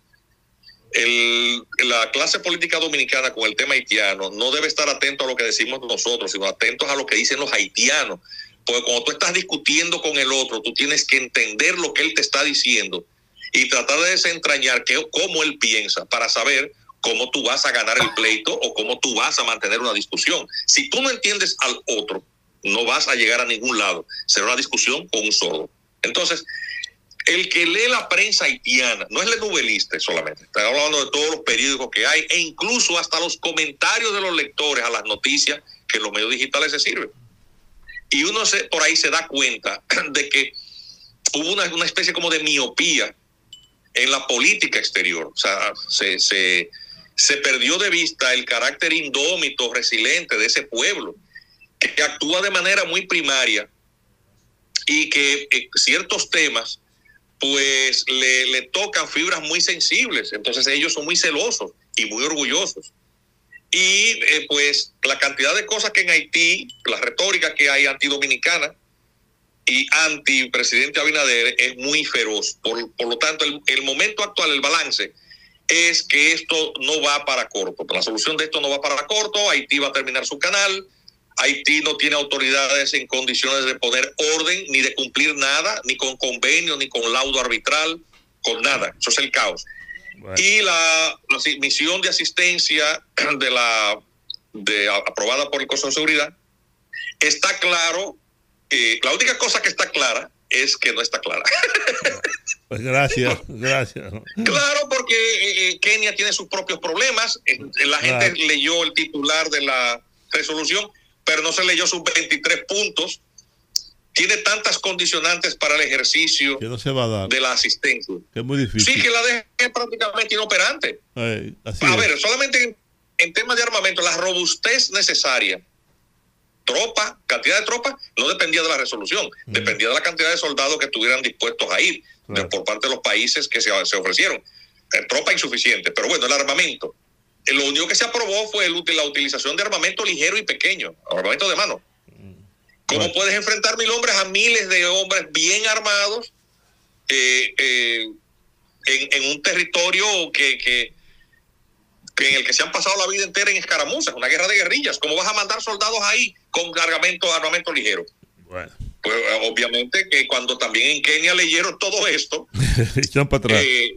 El, la clase política dominicana con el tema haitiano no debe estar atento a lo que decimos nosotros, sino atentos a lo que dicen los haitianos, porque cuando tú estás discutiendo con el otro, tú tienes que entender lo que él te está diciendo y tratar de desentrañar que, cómo él piensa para saber cómo tú vas a ganar el pleito o cómo tú vas a mantener una discusión. Si tú no entiendes al otro, no vas a llegar a ningún lado, será una discusión con un sordo. Entonces, el que lee la prensa haitiana, no es el novelista solamente, está hablando de todos los periódicos que hay e incluso hasta los comentarios de los lectores a las noticias que en los medios digitales se sirven. Y uno se, por ahí se da cuenta de que hubo una, una especie como de miopía en la política exterior. O sea, se, se, se perdió de vista el carácter indómito, resiliente de ese pueblo, que actúa de manera muy primaria y que eh, ciertos temas pues le, le tocan fibras muy sensibles. Entonces ellos son muy celosos y muy orgullosos. Y eh, pues la cantidad de cosas que en Haití, la retórica que hay antidominicana y antipresidente Abinader es muy feroz. Por, por lo tanto, el, el momento actual, el balance, es que esto no va para corto. La solución de esto no va para corto. Haití va a terminar su canal. Haití no tiene autoridades en condiciones de poner orden, ni de cumplir nada, ni con convenio, ni con laudo arbitral, con nada. Eso es el caos. Bueno. Y la, la misión de asistencia de la de, aprobada por el Consejo de Seguridad, está claro que la única cosa que está clara es que no está clara. Pues gracias, gracias. Claro, porque eh, Kenia tiene sus propios problemas. La gente claro. leyó el titular de la resolución, pero no se leyó sus veintitrés puntos. Tiene tantas condicionantes para el ejercicio que no se va a dar. De la asistencia. Que es muy difícil. Sí, que la deje prácticamente inoperante. Ay, así a es. ver, solamente en, en temas de armamento, la robustez necesaria, tropa, cantidad de tropas, no dependía de la resolución, mm. dependía de la cantidad de soldados que estuvieran dispuestos a ir claro. de, por parte de los países que se, se ofrecieron. Eh, tropa insuficiente, pero bueno, el armamento. Eh, lo único que se aprobó fue el, la utilización de armamento ligero y pequeño, armamento de mano. ¿Cómo bueno. puedes enfrentar mil hombres a miles de hombres bien armados eh, eh, en, en un territorio que, que, que en el que se han pasado la vida entera en escaramuzas, una guerra de guerrillas? ¿Cómo vas a mandar soldados ahí con cargamento, armamento ligero? Bueno. Pues obviamente que cuando también en Kenia leyeron todo esto, echan para atrás. Eh,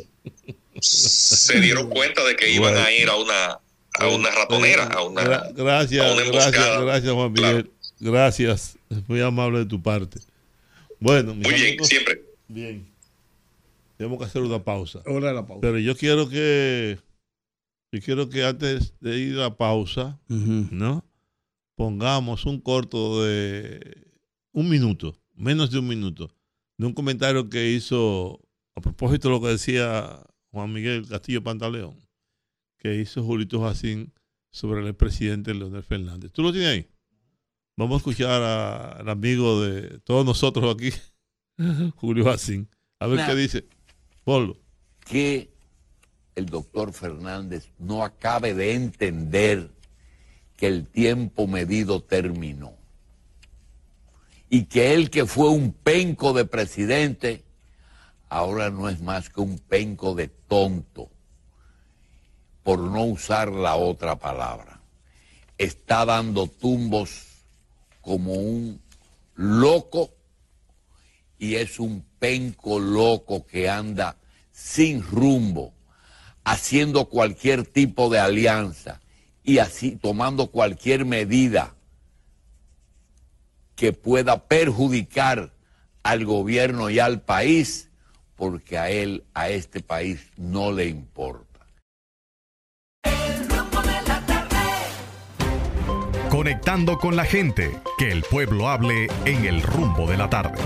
se dieron cuenta de que iban bueno. a ir a una, a una ratonera, a una, Gra- gracias, a una gracias, gracias Juan Miguel. Claro. Gracias, es muy amable de tu parte. Bueno, muy bien, amigos, siempre. Bien. Tenemos que hacer una pausa. Hora de la pausa. Pero yo quiero que, yo quiero que antes de ir a la pausa, uh-huh. ¿no? Pongamos un corto de un minuto, menos de un minuto, de un comentario que hizo a propósito de lo que decía Juan Miguel Castillo Pantaleón, que hizo Julito Jacín sobre el expresidente Leonel Fernández. ¿Tú lo tienes ahí? Vamos a escuchar al amigo de todos nosotros aquí, Julio Jacín, a ver nah, qué dice. Ponlo. Que el doctor Fernández no acabe de entender que el tiempo medido terminó. Y que él, que fue un penco de presidente, ahora no es más que un penco de tonto, por no usar la otra palabra. Está dando tumbos como un loco y es un penco loco que anda sin rumbo, haciendo cualquier tipo de alianza y así tomando cualquier medida que pueda perjudicar al gobierno y al país, porque a él, a este país no le importa. Conectando con la gente, que el pueblo hable en el rumbo de la tarde.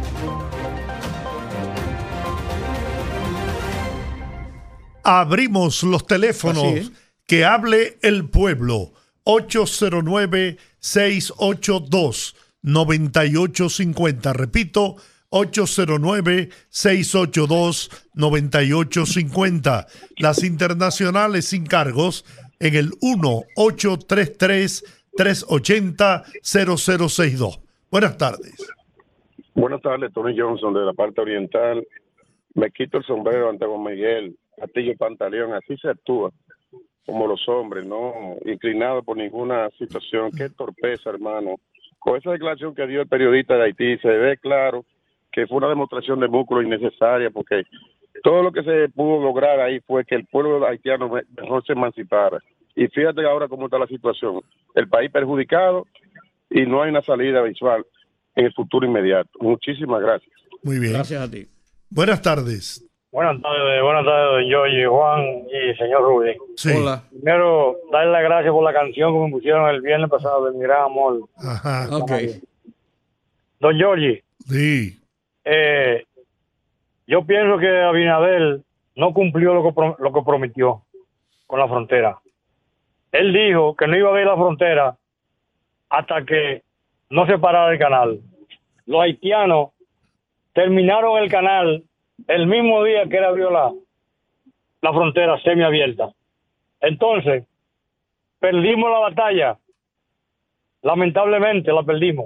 Abrimos los teléfonos. Así es. Que hable el pueblo. ocho cero nueve, seis ocho dos, nueve ocho cinco cero. Repito, ocho cero nueve, seis ocho dos, nueve ocho cinco cero. Las internacionales sin cargos en el uno ocho tres tres, tres ocho cero, cero cero seis dos. Buenas tardes. Buenas tardes, Tony Johnson de la parte oriental. Me quito el sombrero ante Juan Miguel Castillo Pantaleón. Así se actúa como los hombres, no inclinado por ninguna situación. Qué torpeza, hermano. Con esa declaración que dio el periodista de Haití se ve claro que fue una demostración de músculo innecesaria, porque todo lo que se pudo lograr ahí fue que el pueblo haitiano mejor se emancipara. Y fíjate ahora cómo está la situación. El país perjudicado y no hay una salida visual en el futuro inmediato. Muchísimas gracias. Muy bien. Gracias a ti. Buenas tardes. Buenas tardes, buenas tardes, don Giorgi, Juan y señor Rudy. Sí. Hola. Primero, darle las gracias por la canción que me pusieron el viernes pasado de Mi Gran Amor. Ajá. Ok. Don Giorgi. Sí. Eh, yo pienso que Abinader no cumplió lo que, lo que prometió. con la frontera. Él dijo que no iba a ver la frontera hasta que no se parara el canal. Los haitianos terminaron el canal el mismo día que él abrió la, la frontera semiabierta. Entonces, perdimos la batalla. Lamentablemente la perdimos.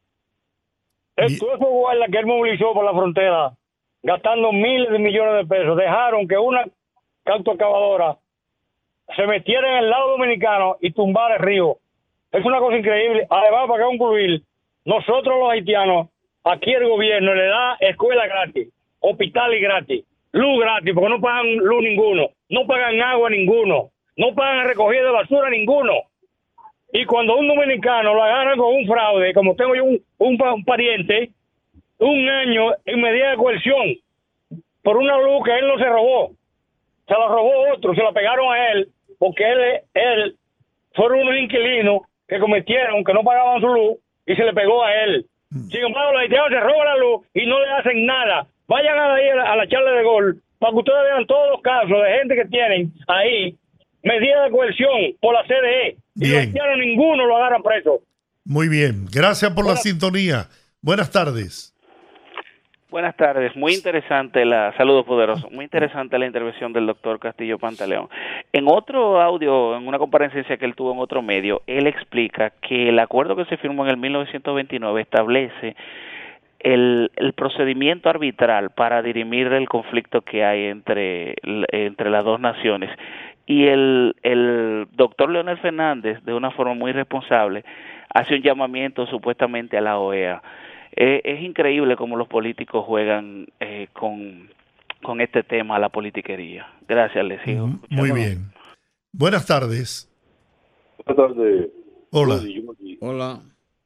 El, todos esos guardias que él movilizó por la frontera, gastando miles de millones de pesos, dejaron que una cautoexcavadora se metiera en el lado dominicano y tumbara el río. Es una cosa increíble. Además, para concluir, nosotros los haitianos, aquí el gobierno le da escuela gratis, hospitales gratis, luz gratis, porque no pagan luz ninguno, no pagan agua ninguno, no pagan recogida de basura ninguno. Y cuando un dominicano lo agarra con un fraude, como tengo yo un, un, un pariente, un año en medida de coerción, por una luz que él no se robó, se la robó otro, se la pegaron a él, porque él, él fueron unos inquilinos que cometieron, que no pagaban su luz, y se le pegó a él. Sin embargo, los haitianos se roban la luz y no le hacen nada. Vayan ahí a la, a la charla de gol, para que ustedes vean todos los casos de gente que tienen ahí medidas de coerción por la C D E. Bien. Y los haitianos ninguno lo agarran preso. Muy bien, gracias por Buenas. la sintonía. Buenas tardes. Buenas tardes, muy interesante la, saludos poderosos, muy interesante la intervención del doctor Castillo Pantaleón. En otro audio, en una comparecencia que él tuvo en otro medio, él explica que el acuerdo que se firmó en el mil novecientos veintinueve establece el, el procedimiento arbitral para dirimir el conflicto que hay entre, entre las dos naciones. Y el, el doctor Leonel Fernández, de una forma muy responsable, hace un llamamiento supuestamente a la O E A. Eh, es increíble cómo los políticos juegan eh, con, con este tema, la politiquería. Gracias, les sigo. Muy bien. Buenas tardes. Buenas tardes. Hola. Hola.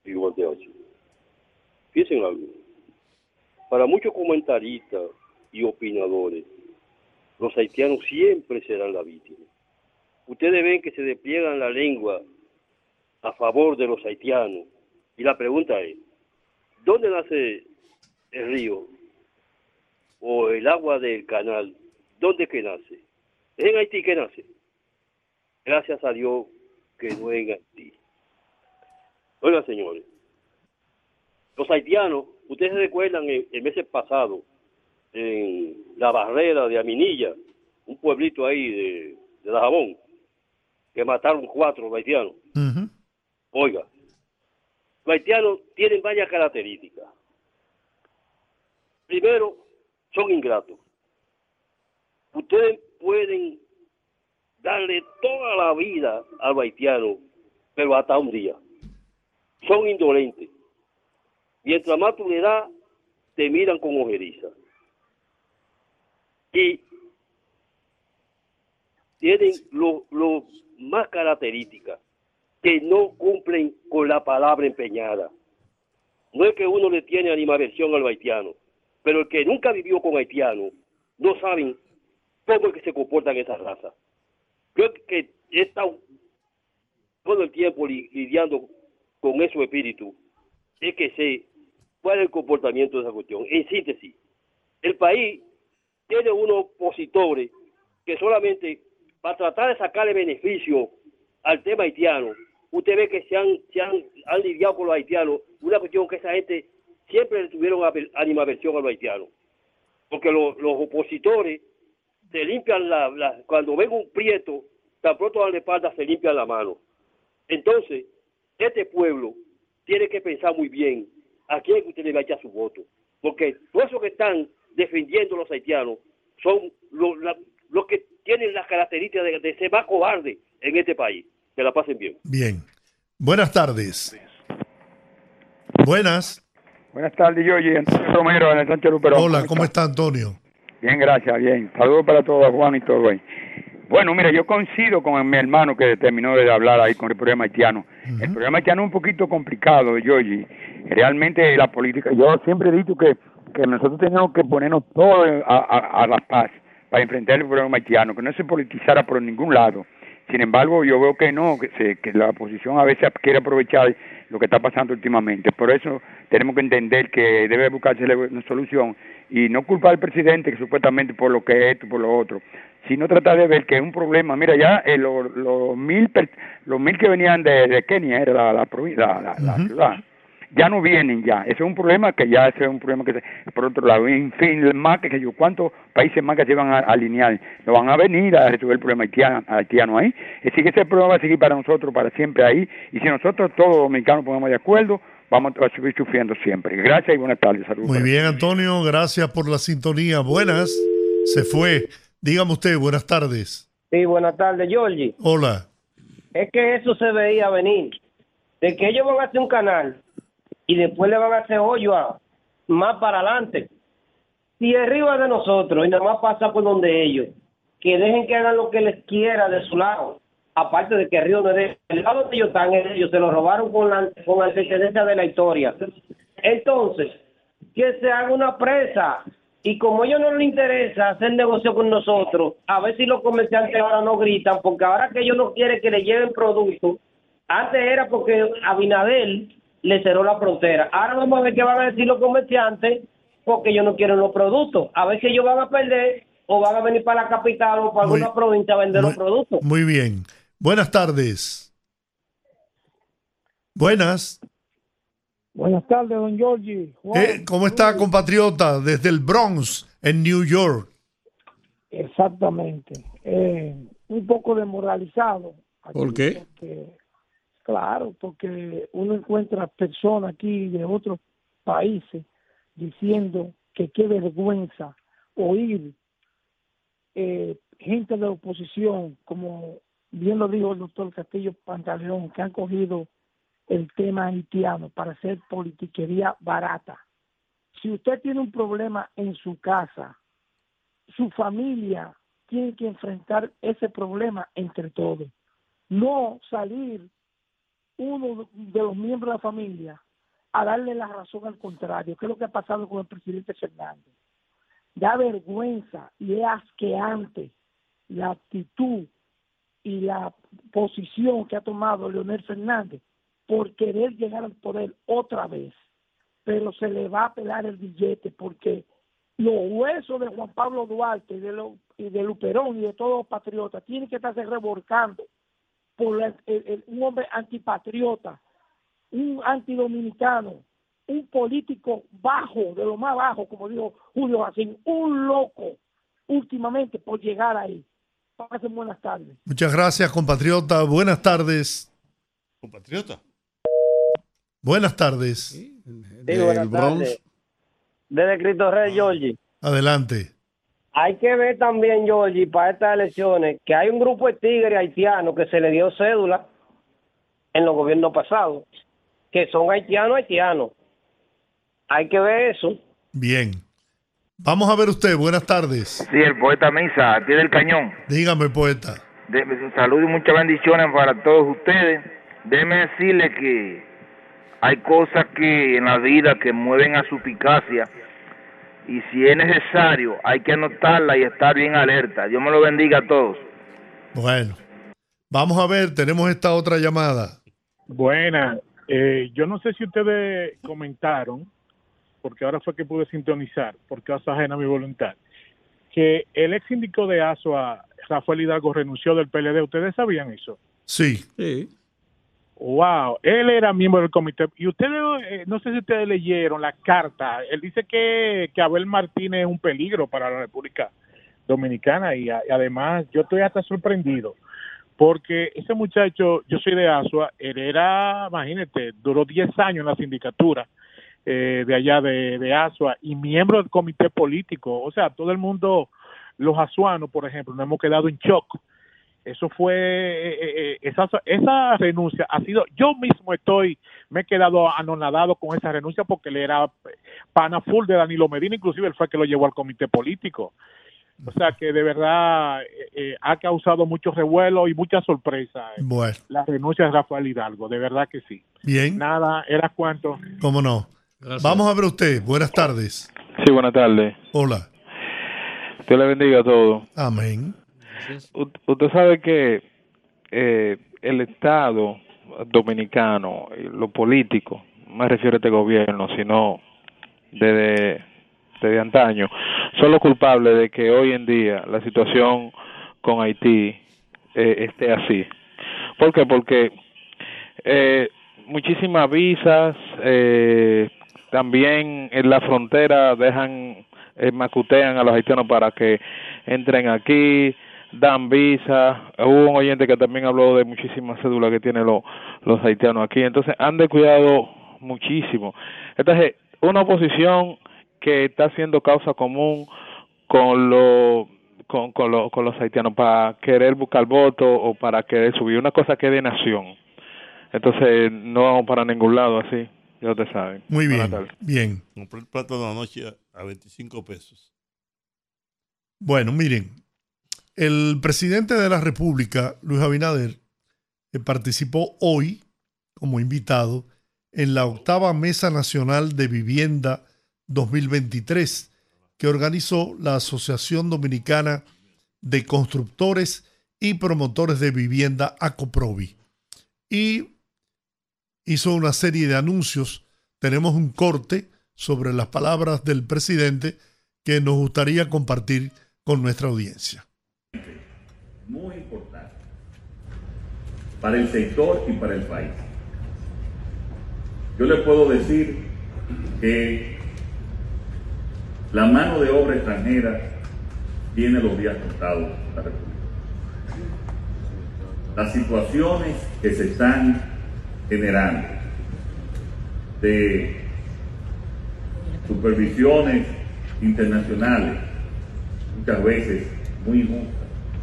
Fíjense en algo. Para muchos comentaristas y opinadores, los haitianos siempre serán la víctima. Ustedes ven que se despliegan la lengua a favor de los haitianos. Y la pregunta es, ¿dónde nace el río o el agua del canal? ¿Dónde que nace? ¿Es en Haití que nace? Gracias a Dios que no es en Haití. Oigan, señores, los haitianos, ustedes se recuerdan el, el mes pasado, en la barrera de Aminilla, un pueblito ahí de, de Dajabón, que mataron cuatro haitianos. Uh-huh. Oiga, los haitianos tienen varias características. Primero, son ingratos. Ustedes pueden darle toda la vida al haitiano, pero hasta un día. Son indolentes. Mientras más tú le das, te miran con ojeriza. Y tienen lo, lo más características, que no cumplen con la palabra empeñada. No es que uno le tiene animadversión al haitiano, pero el que nunca vivió con haitiano no saben cómo es que se comportan esas razas. Creo que he estado todo el tiempo li, lidiando con esos espíritus, es que sé cuál es el comportamiento de esa cuestión. En síntesis, el país tiene unos opositores que solamente para tratar de sacarle beneficio al tema haitiano, usted ve que se han, se han, han lidiado con los haitianos, una cuestión que esa gente siempre le tuvieron animaversión a los haitianos, porque lo, los opositores se limpian la, la, cuando ven un prieto, tan pronto dan la espalda, se limpian la mano. Entonces, este pueblo tiene que pensar muy bien a quién usted le va a echar su voto, porque todos esos que están defendiendo a los haitianos son los, la, los que tienen las características de, de ser más cobardes en este país. Que la pasen bien. Bien. Buenas tardes. Buenas. Buenas tardes, yo y Antonio Romero en el Sánchez Luperón. Hola, ¿cómo, ¿cómo está Antonio? Bien, gracias, bien. Saludos para todos, Juan y todo ahí. Bueno, mira, yo coincido con mi hermano que terminó de hablar ahí con el problema haitiano. Uh-huh. El problema haitiano es un poquito complicado, Yoyi. Realmente la política, yo siempre he dicho que, que nosotros tenemos que ponernos todos a, a, a la paz para enfrentar el problema haitiano, que no se politizara por ningún lado. Sin embargo, yo veo que no, que, se, que la oposición a veces quiere aprovechar lo que está pasando últimamente. Por eso tenemos que entender que debe buscarse una solución y no culpar al presidente que supuestamente por lo que es esto, por lo otro. sino tratar de ver que es un problema. Mira, ya eh, los lo mil per, los mil que venían de, de Kenia, era la, la, la, la, la uh-huh. ciudad, ya no vienen ya. Eso es un problema que ya ese es un problema que se, por otro lado, en fin, más que yo, ¿cuántos países más que se van a, a alinear? No van a venir a resolver el problema haitiano, haitiano ahí. Así que ese problema va a seguir para nosotros, para siempre ahí. Y si nosotros todos los dominicanos ponemos de acuerdo, vamos a seguir sufriendo siempre. Gracias y buenas tardes. Saludos. Muy bien, Antonio, gracias por la sintonía. Buenas, se fue. Dígame usted, buenas tardes. Sí, buenas tardes, Georgie. Hola. Es que eso se veía venir, de que ellos van a hacer un canal y después le van a hacer hoyo a, más para adelante. Si arriba de nosotros y nada más pasa por donde ellos, que dejen que hagan lo que les quiera de su lado. Aparte de que el río no es el lado donde ellos están, ellos se lo robaron con la, con la antecedencia de la historia. Entonces, que se haga una presa, y como a ellos no les interesa hacer negocio con nosotros, a ver si los comerciantes ahora no gritan, porque ahora que ellos no quieren que le lleven productos, antes era porque Abinader le cerró la frontera. Ahora vamos a ver qué van a decir los comerciantes, porque ellos no quieren los productos. A ver si ellos van a perder o van a venir para la capital o para muy, alguna provincia a vender muy, los productos. Muy bien. Buenas tardes. Buenas. Buenas tardes, don Georgie. Eh, ¿Cómo está, compatriota? Desde el Bronx, en New York. Exactamente. Eh, un poco desmoralizado. ¿Por qué? Porque, claro, porque uno encuentra personas aquí de otros países diciendo que qué vergüenza oír eh, gente de la oposición, como bien lo dijo el doctor Castillo Pantaleón, que han cogido el tema haitiano para hacer politiquería barata. Si usted tiene un problema en su casa, su familia tiene que enfrentar ese problema entre todos. No salir uno de los miembros de la familia a darle la razón al contrario, que es lo que ha pasado con el presidente Fernández. Da vergüenza y es asqueante la actitud y la posición que ha tomado Leonel Fernández por querer llegar al poder otra vez, pero se le va a pelar el billete porque los huesos de Juan Pablo Duarte y de, lo, y de Luperón y de todos los patriotas tienen que estarse revolcando por el, el, el, un hombre antipatriota, un antidominicano, un político bajo, de lo más bajo, como dijo Julio Jacín, un loco últimamente por llegar ahí. Pasen buenas tardes. Muchas gracias, compatriota. Buenas tardes. Compatriota. Buenas tardes. Sí, buenas tardes. Desde Cristo Rey, Georgie. Adelante. Hay que ver también, Georgie, para estas elecciones, que hay un grupo de tigres haitianos que se le dio cédula en los gobiernos pasados, que son haitianos, haitianos. Hay que ver eso. Bien. Vamos a ver usted. Buenas tardes. Sí, el poeta Misa, aquí del Cañón. Dígame, poeta. De, un saludo y muchas bendiciones para todos ustedes. Déjeme decirle que hay cosas que en la vida que mueven a suspicacia y si es necesario hay que anotarla y estar bien alerta. Dios me lo bendiga a todos. Bueno, vamos a ver, tenemos esta otra llamada. Buena, eh, yo no sé si ustedes comentaron, porque ahora fue que pude sintonizar, por causa ajena a mi voluntad, que el ex síndico de Asua, Rafael Hidalgo, renunció del P L D. ¿Ustedes sabían eso? Sí. Sí. Wow, él era miembro del comité. Y ustedes, eh, no sé si ustedes leyeron la carta. Él dice que, que Abel Martínez es un peligro para la República Dominicana y, a, y además yo estoy hasta sorprendido porque ese muchacho, yo soy de Asua, él era, imagínate, duró diez años en la sindicatura eh, de allá de, de Asua y miembro del comité político. O sea, todo el mundo, los asuanos, por ejemplo, nos hemos quedado en shock. Eso fue, eh, eh, esa, esa renuncia ha sido, yo mismo estoy, me he quedado anonadado con esa renuncia porque él era pana full de Danilo Medina, inclusive él fue el que lo llevó al comité político. O sea que de verdad eh, eh, ha causado mucho revuelo y mucha sorpresa eh, bueno. la renuncia de Rafael Hidalgo, de verdad que sí. Bien. Nada, ¿era cuánto? ¿Cómo no? Gracias. Vamos a ver usted, buenas tardes. Sí, buenas tardes. Hola. Dios le bendiga a todos. Amén. U- usted sabe que eh, el Estado dominicano, lo político, no me refiero a este gobierno, sino desde, desde antaño, son los culpables de que hoy en día la situación con Haití eh, esté así. ¿Por qué? Porque eh, muchísimas visas, eh, también en la frontera dejan, eh, macutean a los haitianos para que entren aquí, dan visa. Hubo un oyente que también habló de muchísimas cédulas que tienen lo, los haitianos aquí. Entonces han descuidado muchísimo. Entonces, una oposición que está haciendo causa común con, lo, con, con, lo, con los haitianos para querer buscar voto o para querer subir. Una cosa que es de nación. Entonces, no vamos para ningún lado así. Ya te saben. Muy bien, bien. Compré el plato de la noche a veinticinco pesos. Bueno, miren. El presidente de la República, Luis Abinader, eh, participó hoy como invitado en la octava Mesa Nacional de Vivienda dos mil veintitrés que organizó la Asociación Dominicana de Constructores y Promotores de Vivienda, ACOPROVI. Y hizo una serie de anuncios. Tenemos un corte sobre las palabras del presidente que nos gustaría compartir con nuestra audiencia. Muy importante para el sector y para el país. Yo le puedo decir que la mano de obra extranjera tiene los días contados en la República. Las situaciones que se están generando de supervisiones internacionales, muchas veces muy injustas,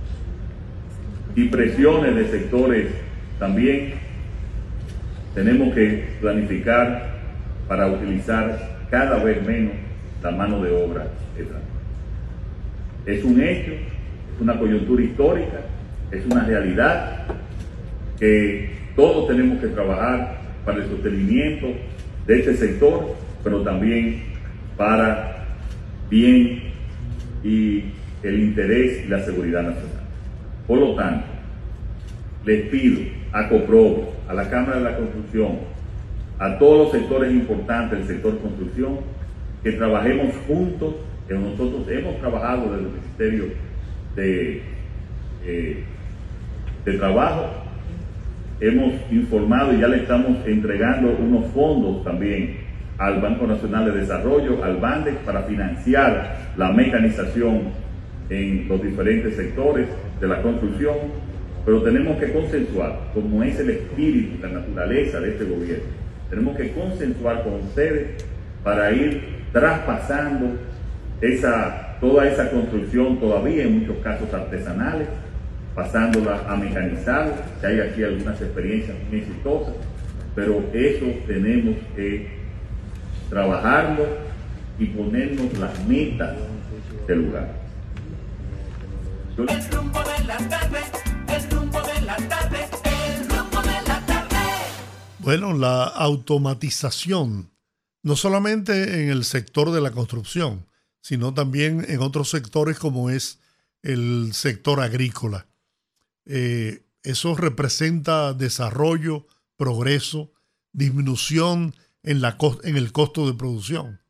y presiones de sectores también, tenemos que planificar para utilizar cada vez menos la mano de obra extranjera. Es un hecho, es una coyuntura histórica, es una realidad que todos tenemos que trabajar para el sostenimiento de este sector, pero también para bien y el interés y la seguridad nacional. Por lo tanto, les pido a COPROVI, a la Cámara de la Construcción, a todos los sectores importantes del sector construcción, que trabajemos juntos, que nosotros hemos trabajado desde el Ministerio de, eh, de Trabajo, hemos informado y ya le estamos entregando unos fondos también al Banco Nacional de Desarrollo, al BANDES, para financiar la mecanización en los diferentes sectores de la construcción, pero tenemos que consensuar, como es el espíritu, la naturaleza de este gobierno, tenemos que consensuar con ustedes para ir traspasando esa, toda esa construcción, todavía en muchos casos artesanales, pasándola a mecanizar, que hay aquí algunas experiencias muy exitosas, pero eso tenemos que trabajarlo y ponernos las metas del lugar. Yo... El rumbo de la tarde, el rumbo de la tarde, el rumbo de la tarde. Bueno, la automatización, no solamente en el sector de la construcción, sino también en otros sectores como es el sector agrícola. Eh, eso representa desarrollo, progreso, disminución en, la, en el costo de producción.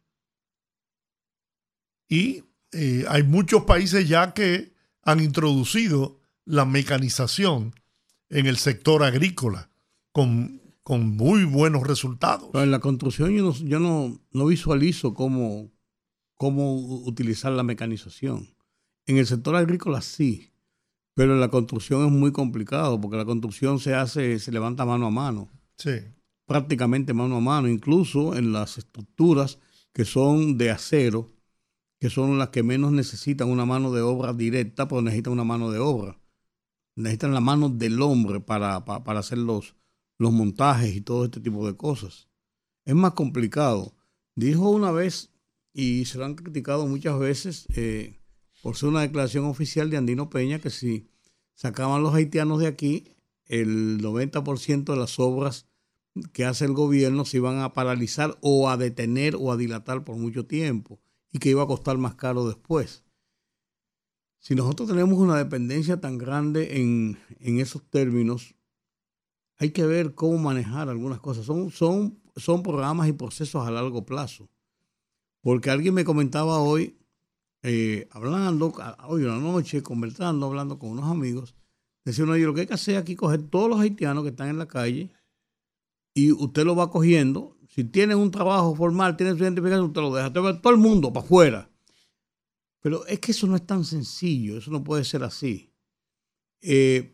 Y eh, hay muchos países ya que han introducido la mecanización en el sector agrícola con, con muy buenos resultados. Pero en la construcción yo no, yo no, no visualizo cómo, cómo utilizar la mecanización. En el sector agrícola sí, pero en la construcción es muy complicado porque la construcción se hace, se levanta mano a mano. Sí. Prácticamente mano a mano, incluso en las estructuras que son de acero, que son las que menos necesitan una mano de obra directa, pero necesitan una mano de obra. Necesitan la mano del hombre para, para, para hacer los, los montajes y todo este tipo de cosas. Es más complicado. Dijo una vez, y se lo han criticado muchas veces, eh, por ser una declaración oficial de Andino Peña, que si sacaban los haitianos de aquí, el noventa por ciento de las obras que hace el gobierno se iban a paralizar o a detener o a dilatar por mucho tiempo y que iba a costar más caro después. Si nosotros tenemos una dependencia tan grande en, en esos términos, hay que ver cómo manejar algunas cosas. Son, son, son programas y procesos a largo plazo. Porque alguien me comentaba hoy eh, hablando, hoy una noche, conversando, hablando con unos amigos, decía uno, yo lo que hay que hacer aquí es coger todos los haitianos que están en la calle y usted lo va cogiendo. Si tienen un trabajo formal, tienen su identificación, usted lo deja. Usted va todo el mundo para afuera. Pero es que eso no es tan sencillo, eso no puede ser así. Eh,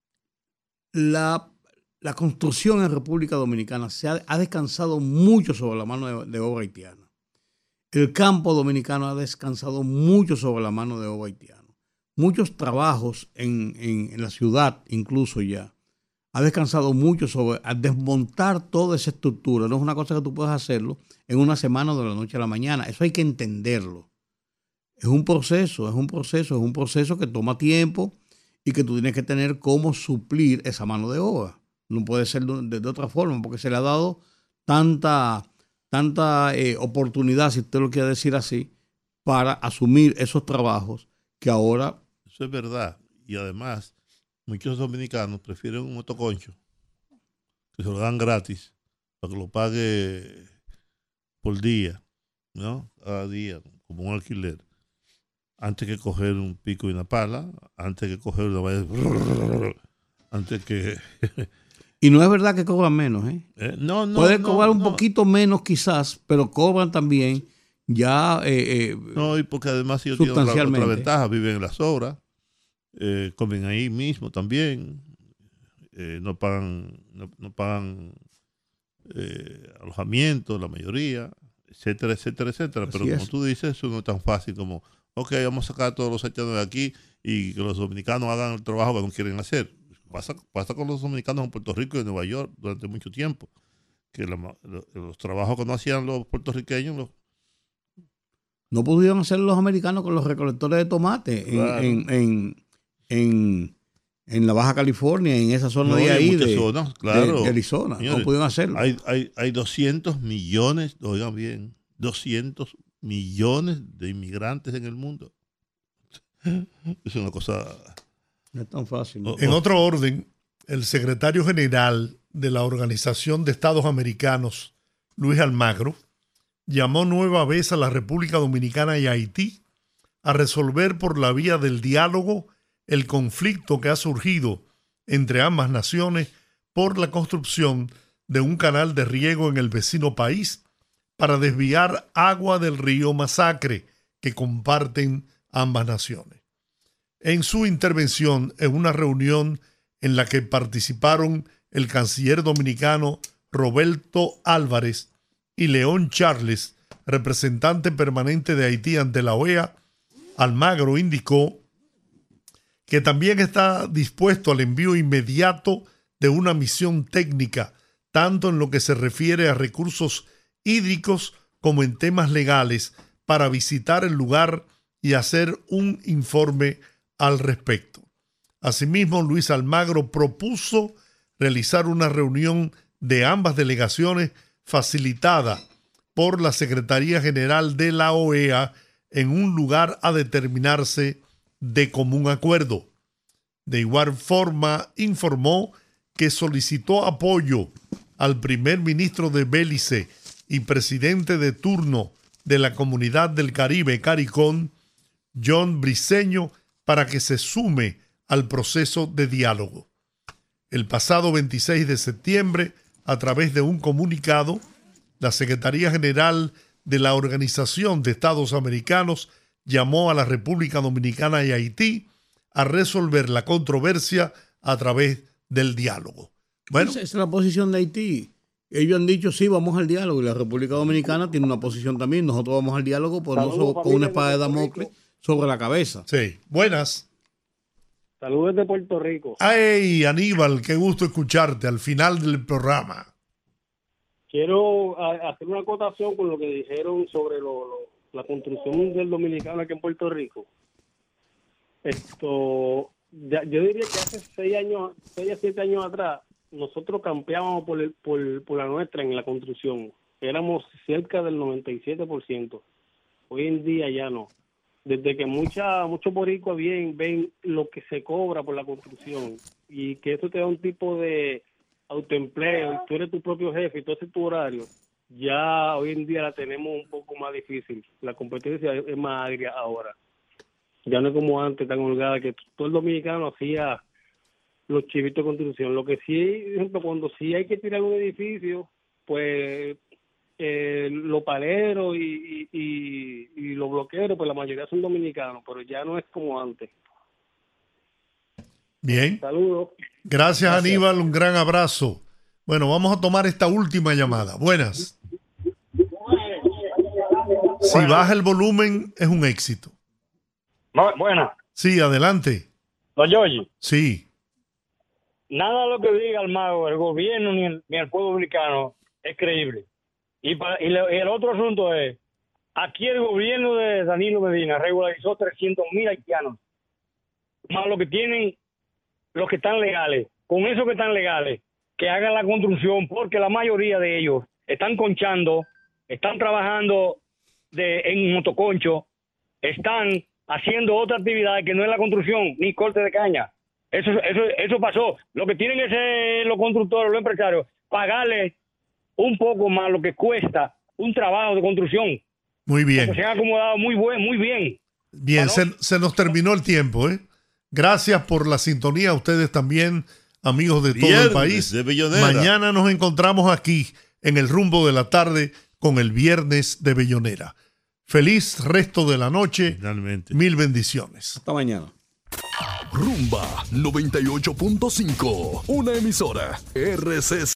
la, la construcción en República Dominicana se ha, ha descansado mucho sobre la mano de, de obra haitiana. El campo dominicano ha descansado mucho sobre la mano de obra haitiana. Muchos trabajos en, en, en la ciudad, incluso ya, ha descansado mucho sobre a desmontar toda esa estructura. No es una cosa que tú puedas hacerlo en una semana o de la noche a la mañana. Eso hay que entenderlo. Es un proceso, es un proceso, es un proceso que toma tiempo y que tú tienes que tener cómo suplir esa mano de obra. No puede ser de, de otra forma, porque se le ha dado tanta, tanta eh, oportunidad, si usted lo quiere decir así, para asumir esos trabajos que ahora... Eso es verdad. Y además, muchos dominicanos prefieren un motoconcho que se lo dan gratis para que lo pague por día, ¿no? Cada día, como un alquiler. Antes que coger un pico y una pala, antes que coger una valla, antes que... Y no es verdad que cobran menos, ¿eh? eh no, no, Pueden no, cobrar un no. poquito menos quizás, pero cobran también ya eh, eh, No, y porque además ellos tienen otra, sustancialmente. otra ventaja, viven en las obras, eh, comen ahí mismo también, eh, no pagan, no, no pagan eh, alojamiento, la mayoría, etcétera, etcétera, etcétera. Así Pero es. como tú dices, eso no es tan fácil como... Ok, vamos a sacar a todos los haitianos de aquí y que los dominicanos hagan el trabajo que no quieren hacer. Pasa, pasa con los dominicanos en Puerto Rico y en Nueva York durante mucho tiempo. Que la, los, los trabajos que no hacían los puertorriqueños... Los... No pudieron hacer los americanos con los recolectores de tomate en, Claro. en, en, en, en la Baja California, en esa zona No, de y en ahí, muchas de, zonas, claro. de- de Arizona. Señores, no pudieron hacerlo. Hay, hay, hay doscientos millones, oigan bien, doscientos millones de inmigrantes en el mundo. Es una cosa... No es tan fácil. Oh, En oh. otro orden, el secretario general de la Organización de Estados Americanos, Luis Almagro, llamó nueva vez a la República Dominicana y Haití a resolver por la vía del diálogo el conflicto que ha surgido entre ambas naciones por la construcción de un canal de riego en el vecino país para desviar agua del río Masacre que comparten ambas naciones. En su intervención en una reunión en la que participaron el canciller dominicano Roberto Álvarez y León Charles, representante permanente de Haití ante la O E A, Almagro indicó que también está dispuesto al envío inmediato de una misión técnica, tanto en lo que se refiere a recursos hídricos como en temas legales, para visitar el lugar y hacer un informe al respecto. Asimismo, Luis Almagro propuso realizar una reunión de ambas delegaciones facilitada por la Secretaría General de la O E A en un lugar a determinarse de común acuerdo. De igual forma, informó que solicitó apoyo al primer ministro de Belice y presidente de turno de la Comunidad del Caribe, CARICOM, John Briceño, para que se sume al proceso de diálogo. El pasado veintiséis de septiembre, a través de un comunicado, la Secretaría General de la Organización de Estados Americanos llamó a la República Dominicana y Haití a resolver la controversia a través del diálogo. Bueno, Esa es la posición de Haití. Ellos han dicho, sí, vamos al diálogo, y la República Dominicana tiene una posición también. Nosotros vamos al diálogo, pues no Saludos, so- con familia una de espada de Puerto Damocles Rico. sobre la cabeza. sí, buenas. Saludos de Puerto Rico. ¡Ay, Aníbal! Qué gusto escucharte al final del programa. Quiero a- hacer una acotación con lo que dijeron sobre lo, lo- la construcción del dominicano aquí en Puerto Rico. Esto, ya- yo diría que hace seis años, seis a siete años atrás, nosotros campeábamos por, el- por, por la nuestra en la construcción. Éramos cerca del noventa y siete por ciento. Hoy en día ya no. Desde que mucha, muchos boricuas bien ven lo que se cobra por la construcción y que eso te da un tipo de autoempleo, y tú eres tu propio jefe y tú haces tu horario, ya hoy en día la tenemos un poco más difícil. La competencia es más agria ahora. Ya no es como antes, tan holgada, que todo el dominicano hacía los chivitos de construcción. Lo que sí, por ejemplo, cuando sí hay que tirar un edificio, pues eh, los paleros y, y, y, y los bloqueros, pues la mayoría son dominicanos, pero ya no es como antes. Bien. Saludos. Gracias, Gracias. Aníbal, un gran abrazo. Bueno, vamos a tomar esta última llamada. Buenas. Si baja el volumen, es un éxito. Buena. Sí, adelante. Don Giorgi, Sí. nada de lo que diga el mago, el gobierno ni el, ni el pueblo dominicano es creíble. Y, para, y, le- y el otro asunto es, aquí el gobierno de Danilo Medina regularizó trescientos mil haitianos, más lo que tienen los que están legales. Con esos que están legales, que hagan la construcción, porque la mayoría de ellos están conchando, están trabajando de, en motoconcho, están haciendo otra actividad que no es la construcción ni corte de caña. Eso, eso, eso pasó. Lo que tienen que ser los constructores, los empresarios, pagarle un poco más lo que cuesta un trabajo de construcción. Muy bien. Porque se han acomodado muy buen, muy bien. Bien, se, se nos terminó el tiempo, ¿eh? Gracias por la sintonía a ustedes también, amigos de todo el Viernes país. de Bellonera. Mañana nos encontramos aquí en el rumbo de la tarde con el Viernes de Bellonera. Feliz resto de la noche. Finalmente. Mil bendiciones. Hasta mañana. Rumba noventa y ocho punto cinco, una emisora R C C.